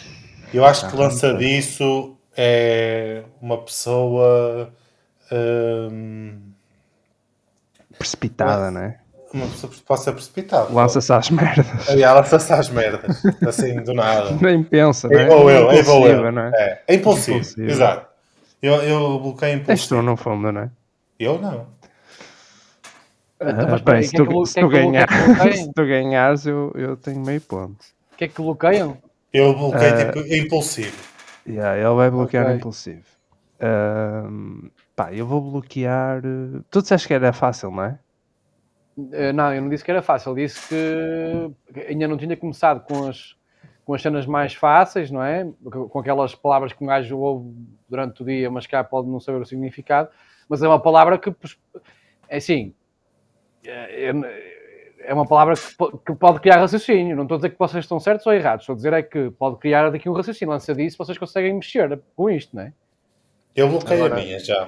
Eu acho que lançadiço é uma pessoa hum, Precipitada, não é? uma pessoa que pode ser precipitada. Lança-se às merdas. Aí ela lança-se às merdas, assim, do nada. Nem pensa, não é? É ou eu, é ou eu. Impulsiva, não é? É, é impulsivo, Impulsivo. exato. Eu, eu bloqueio És tu, impulsivo. no fundo, não é? Eu não. Então, mas Ah, espera aí, bem, se o que é tu, que o- se o que é tu que o- o que é ganhar- que bloqueiam? se tu ganhares, eu, eu tenho meio ponto. O que é que bloqueiam? Eu bloqueio Ah, tipo impulsivo. Yeah, ele vai bloquear Ok. impulsivo. Ahm, pá, eu vou bloquear. eh, Tu disseste que era fácil, não é? Eh, Não, eu não disse que era fácil, disse que ainda não tinha começado com as, com as cenas mais fáceis, não é? Com aquelas palavras que um gajo ouve durante o dia, mas cá pode não saber o significado, mas é uma palavra que, é assim, é, é uma palavra que, po- que pode criar raciocínio. Não estou a dizer que vocês estão certos ou errados, estou a dizer é que pode criar daqui um raciocínio. Lança disso, vocês conseguem mexer com isto, não é? Eu bloqueio Agora- a minha já.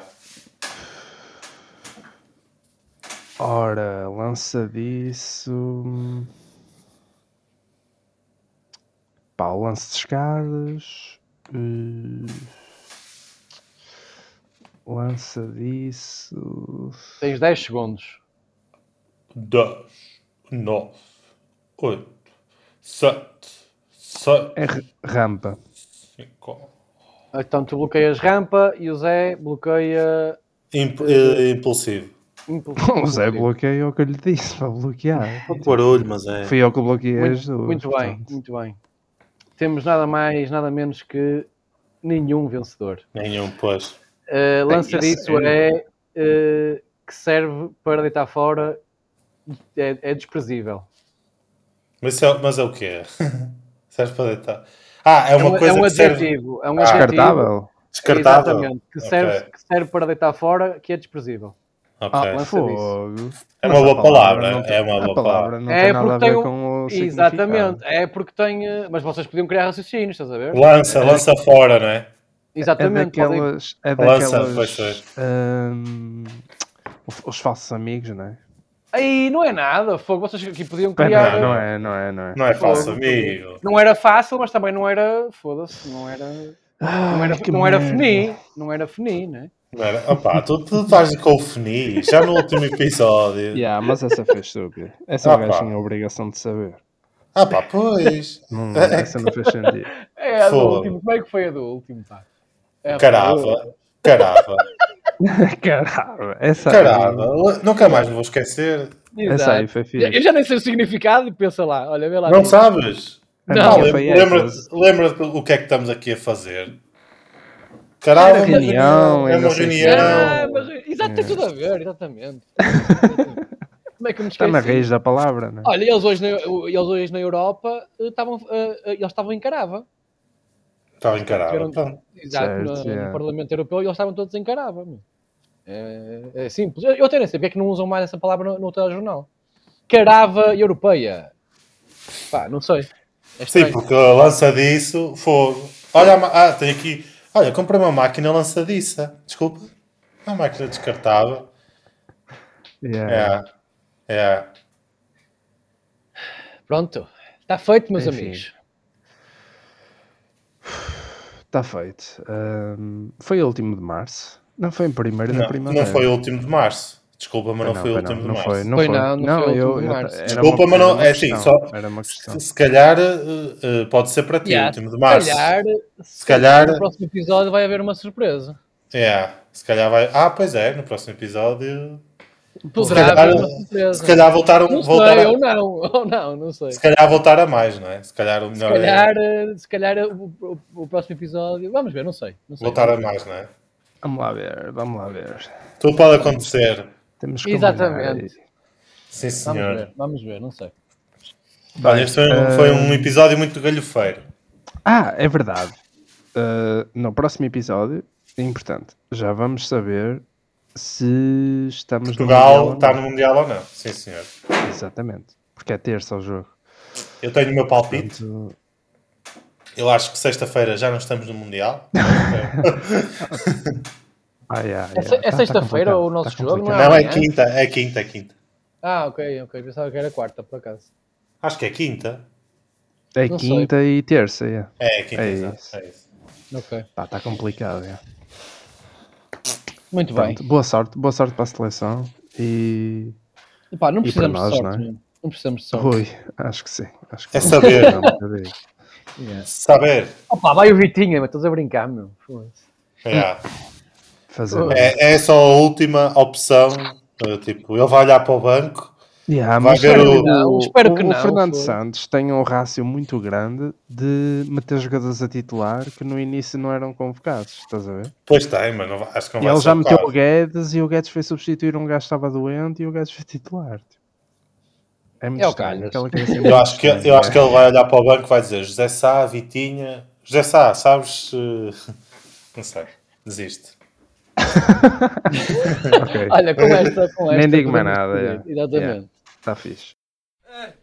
Ora, lança disso. Pá, o lance de escadas. eh, Lança disso. Tens dez segundos. dez, nove, oito, sete, seis, É r- rampa. cinco. Então tu bloqueias rampa e o Zé bloqueia Imp- eh, impulsivo. impulsivo. O Zé bloqueia o que eu lhe disse para bloquear. Pode pôr olho, mas é. Fui eu que bloqueei as Muito, duas. muito bem, portanto. muito bem. Temos nada mais, nada menos que nenhum vencedor. Nenhum, pois. Uh, lança Ei, a disso sério? é uh, que serve para deitar fora, é, é desprezível. Mas é, mas é o quê? Serve para deitar. Ah, é uma é um, coisa é um que serve. adjetivo, é um Ah. adjetivo. Descartável? Descartável. Exatamente, que serve, Ok. que serve para deitar fora, que é desprezível. Ok. Ah, lança fogo. É Mas uma a boa palavra, não tem- é uma a boa palavra não É tem nada a porque ver tem um- com o Exatamente, significado. é porque tem. uh, Mas vocês podiam criar raciocínios, estás a ver? Lança, lança fora, não é? Exatamente, É podem- daquelas. É Lança, daquelas pois foi. hum, os, os falsos amigos, não é? Aí não é nada, fogo, vocês aqui podiam Pera, criar. não, não é, não é, não é. Não é falso Fogo. amigo. Não era fácil, mas também não era. Foda-se, não era. Não era, Ai, que não era merda. feni, não era feni, né? Não era? Opa, tu, tu estás com o Feni, já no último episódio. Yeah, mas essa foi estúpida. Essa Ah, o gajo pá. tinha a obrigação de saber. Ah pá, pois. Não, essa não fez sentido. É a do Fogo. último, como é que foi a do último, pá? É, Carava, carava, Caramba, essa carava. Nunca mais me vou esquecer. Essa aí Exato. foi fixe. Eu já nem sei o significado e pensa lá, olha, vê lá. Não diz. sabes? A Não, minha Lembra- foi Lembra-te essa. lembra-te o que é que estamos aqui a fazer? Caralho, Era reunião, é e uma não sei o quê. reunião. Ah, mas, exato, tem tudo a ver, exatamente. Como é que eu me Está na esqueci? raiz da palavra, não é? Olha, eles hoje na, eles hoje na Europa eh, estavam, eh, eh, eles estavam em Carava. Estava encarado. Tiveram- Pronto. Exato, Certo, no, no yeah. Parlamento Europeu e eles estavam todos em Carava. meu. É, é simples. Eu, eu até nem sei porque é que não usam mais essa palavra no, no telejornal. Carava europeia. Pá, não sei. É Sim, estranho. porque lança disso, fogo. Olha, a ma- ah, tem aqui. Olha, comprei uma máquina lançadiça. Desculpa. Uma máquina descartável. Yeah. É. É. Pronto. Está feito, meus Enfim. amigos. Está feito. Ahm, foi o último de março. Não foi em primeiro da Não, primavera. não foi o último de março. Desculpa, mas não, foi o foi último não, de não março. foi, não Foi foi. não, não foi o eu, último de eu- março. era Desculpa, uma- mas era não- uma é assim, questão, só- Era uma questão. Se, se calhar eh, eh, pode ser para ti, o Yeah, último de março. Se calhar, Se calhar- no próximo episódio vai haver uma surpresa. É, se calhar vai. Ah, pois é, no próximo episódio. Poderá calhar- haver uma surpresa. Se calhar voltaram, não voltar sei, a, ou não, ou não, não sei. se calhar voltar a mais, não é? Se calhar o Se melhor calhar, é eh, se calhar o, o- o próximo episódio. Vamos ver, não sei. Não sei. voltar a mais, não é? Vamos lá ver, vamos lá ver. Tudo pode acontecer. Temos que Exatamente. combinar aí. Sim, Vamos senhor. ver, vamos ver, não sei. Olha, este foi, um- foi um eh, episódio muito galhofeiro. Ah, é verdade. Uh, no próximo episódio, é importante, já vamos saber se estamos Portugal no está Mundial no Mundial ou não? Sim, senhor. ou não. Exatamente. Porque é terça o jogo. Eu tenho o meu palpite. Portanto, Eu acho que sexta-feira já não estamos no Mundial. ai, ai, ai, É se- é tá- tá sexta-feira complicado, o nosso tá jogo, complicado. não Não, é amanhã? quinta, é quinta, é quinta. Ah, ok, ok. Pensava que era quarta, por acaso. Acho que é quinta. É Não quinta sei. e terça, é. É, quinta, é exato, isso. é isso. Ok. Pá, está complicado, é. Muito Pronto, bem. boa sorte, boa sorte para a seleção e, Epá, não e para precisamos nós, de sorte, não é? não, não precisamos de sorte. Rui, acho que sim. Acho que É saber. Não, não, Yeah. Saber. Opa, vai o Vitinha, mas estás a brincar, meu. Foda-se. Yeah. fazer. É, é só a última opção. uh, Tipo, ele vai olhar para o banco, Yeah, vai mas ver espero o. que não, espero que o, o não, Fernando foi. Santos tem um rácio muito grande de meter jogadores a titular que no início não eram convocados, estás a ver? Pois tem, mas não vai- acho que não E vai ele ser já o meteu caso. o Guedes e o Guedes foi substituir um gajo que estava doente e o Guedes foi titular. Tipo. É muito É o estranho. Calhas. Aquela coisa assim Eu muito acho, que, estranha, eu acho é. que ele vai olhar para o banco e vai dizer José Sá, Vitinha. José Sá, sabes? uh, Não sei, desiste. Ok. Olha, com esta, com esta Nem digo mais podemos nada. seguir. Yeah. Exatamente. Yeah. Está fixe.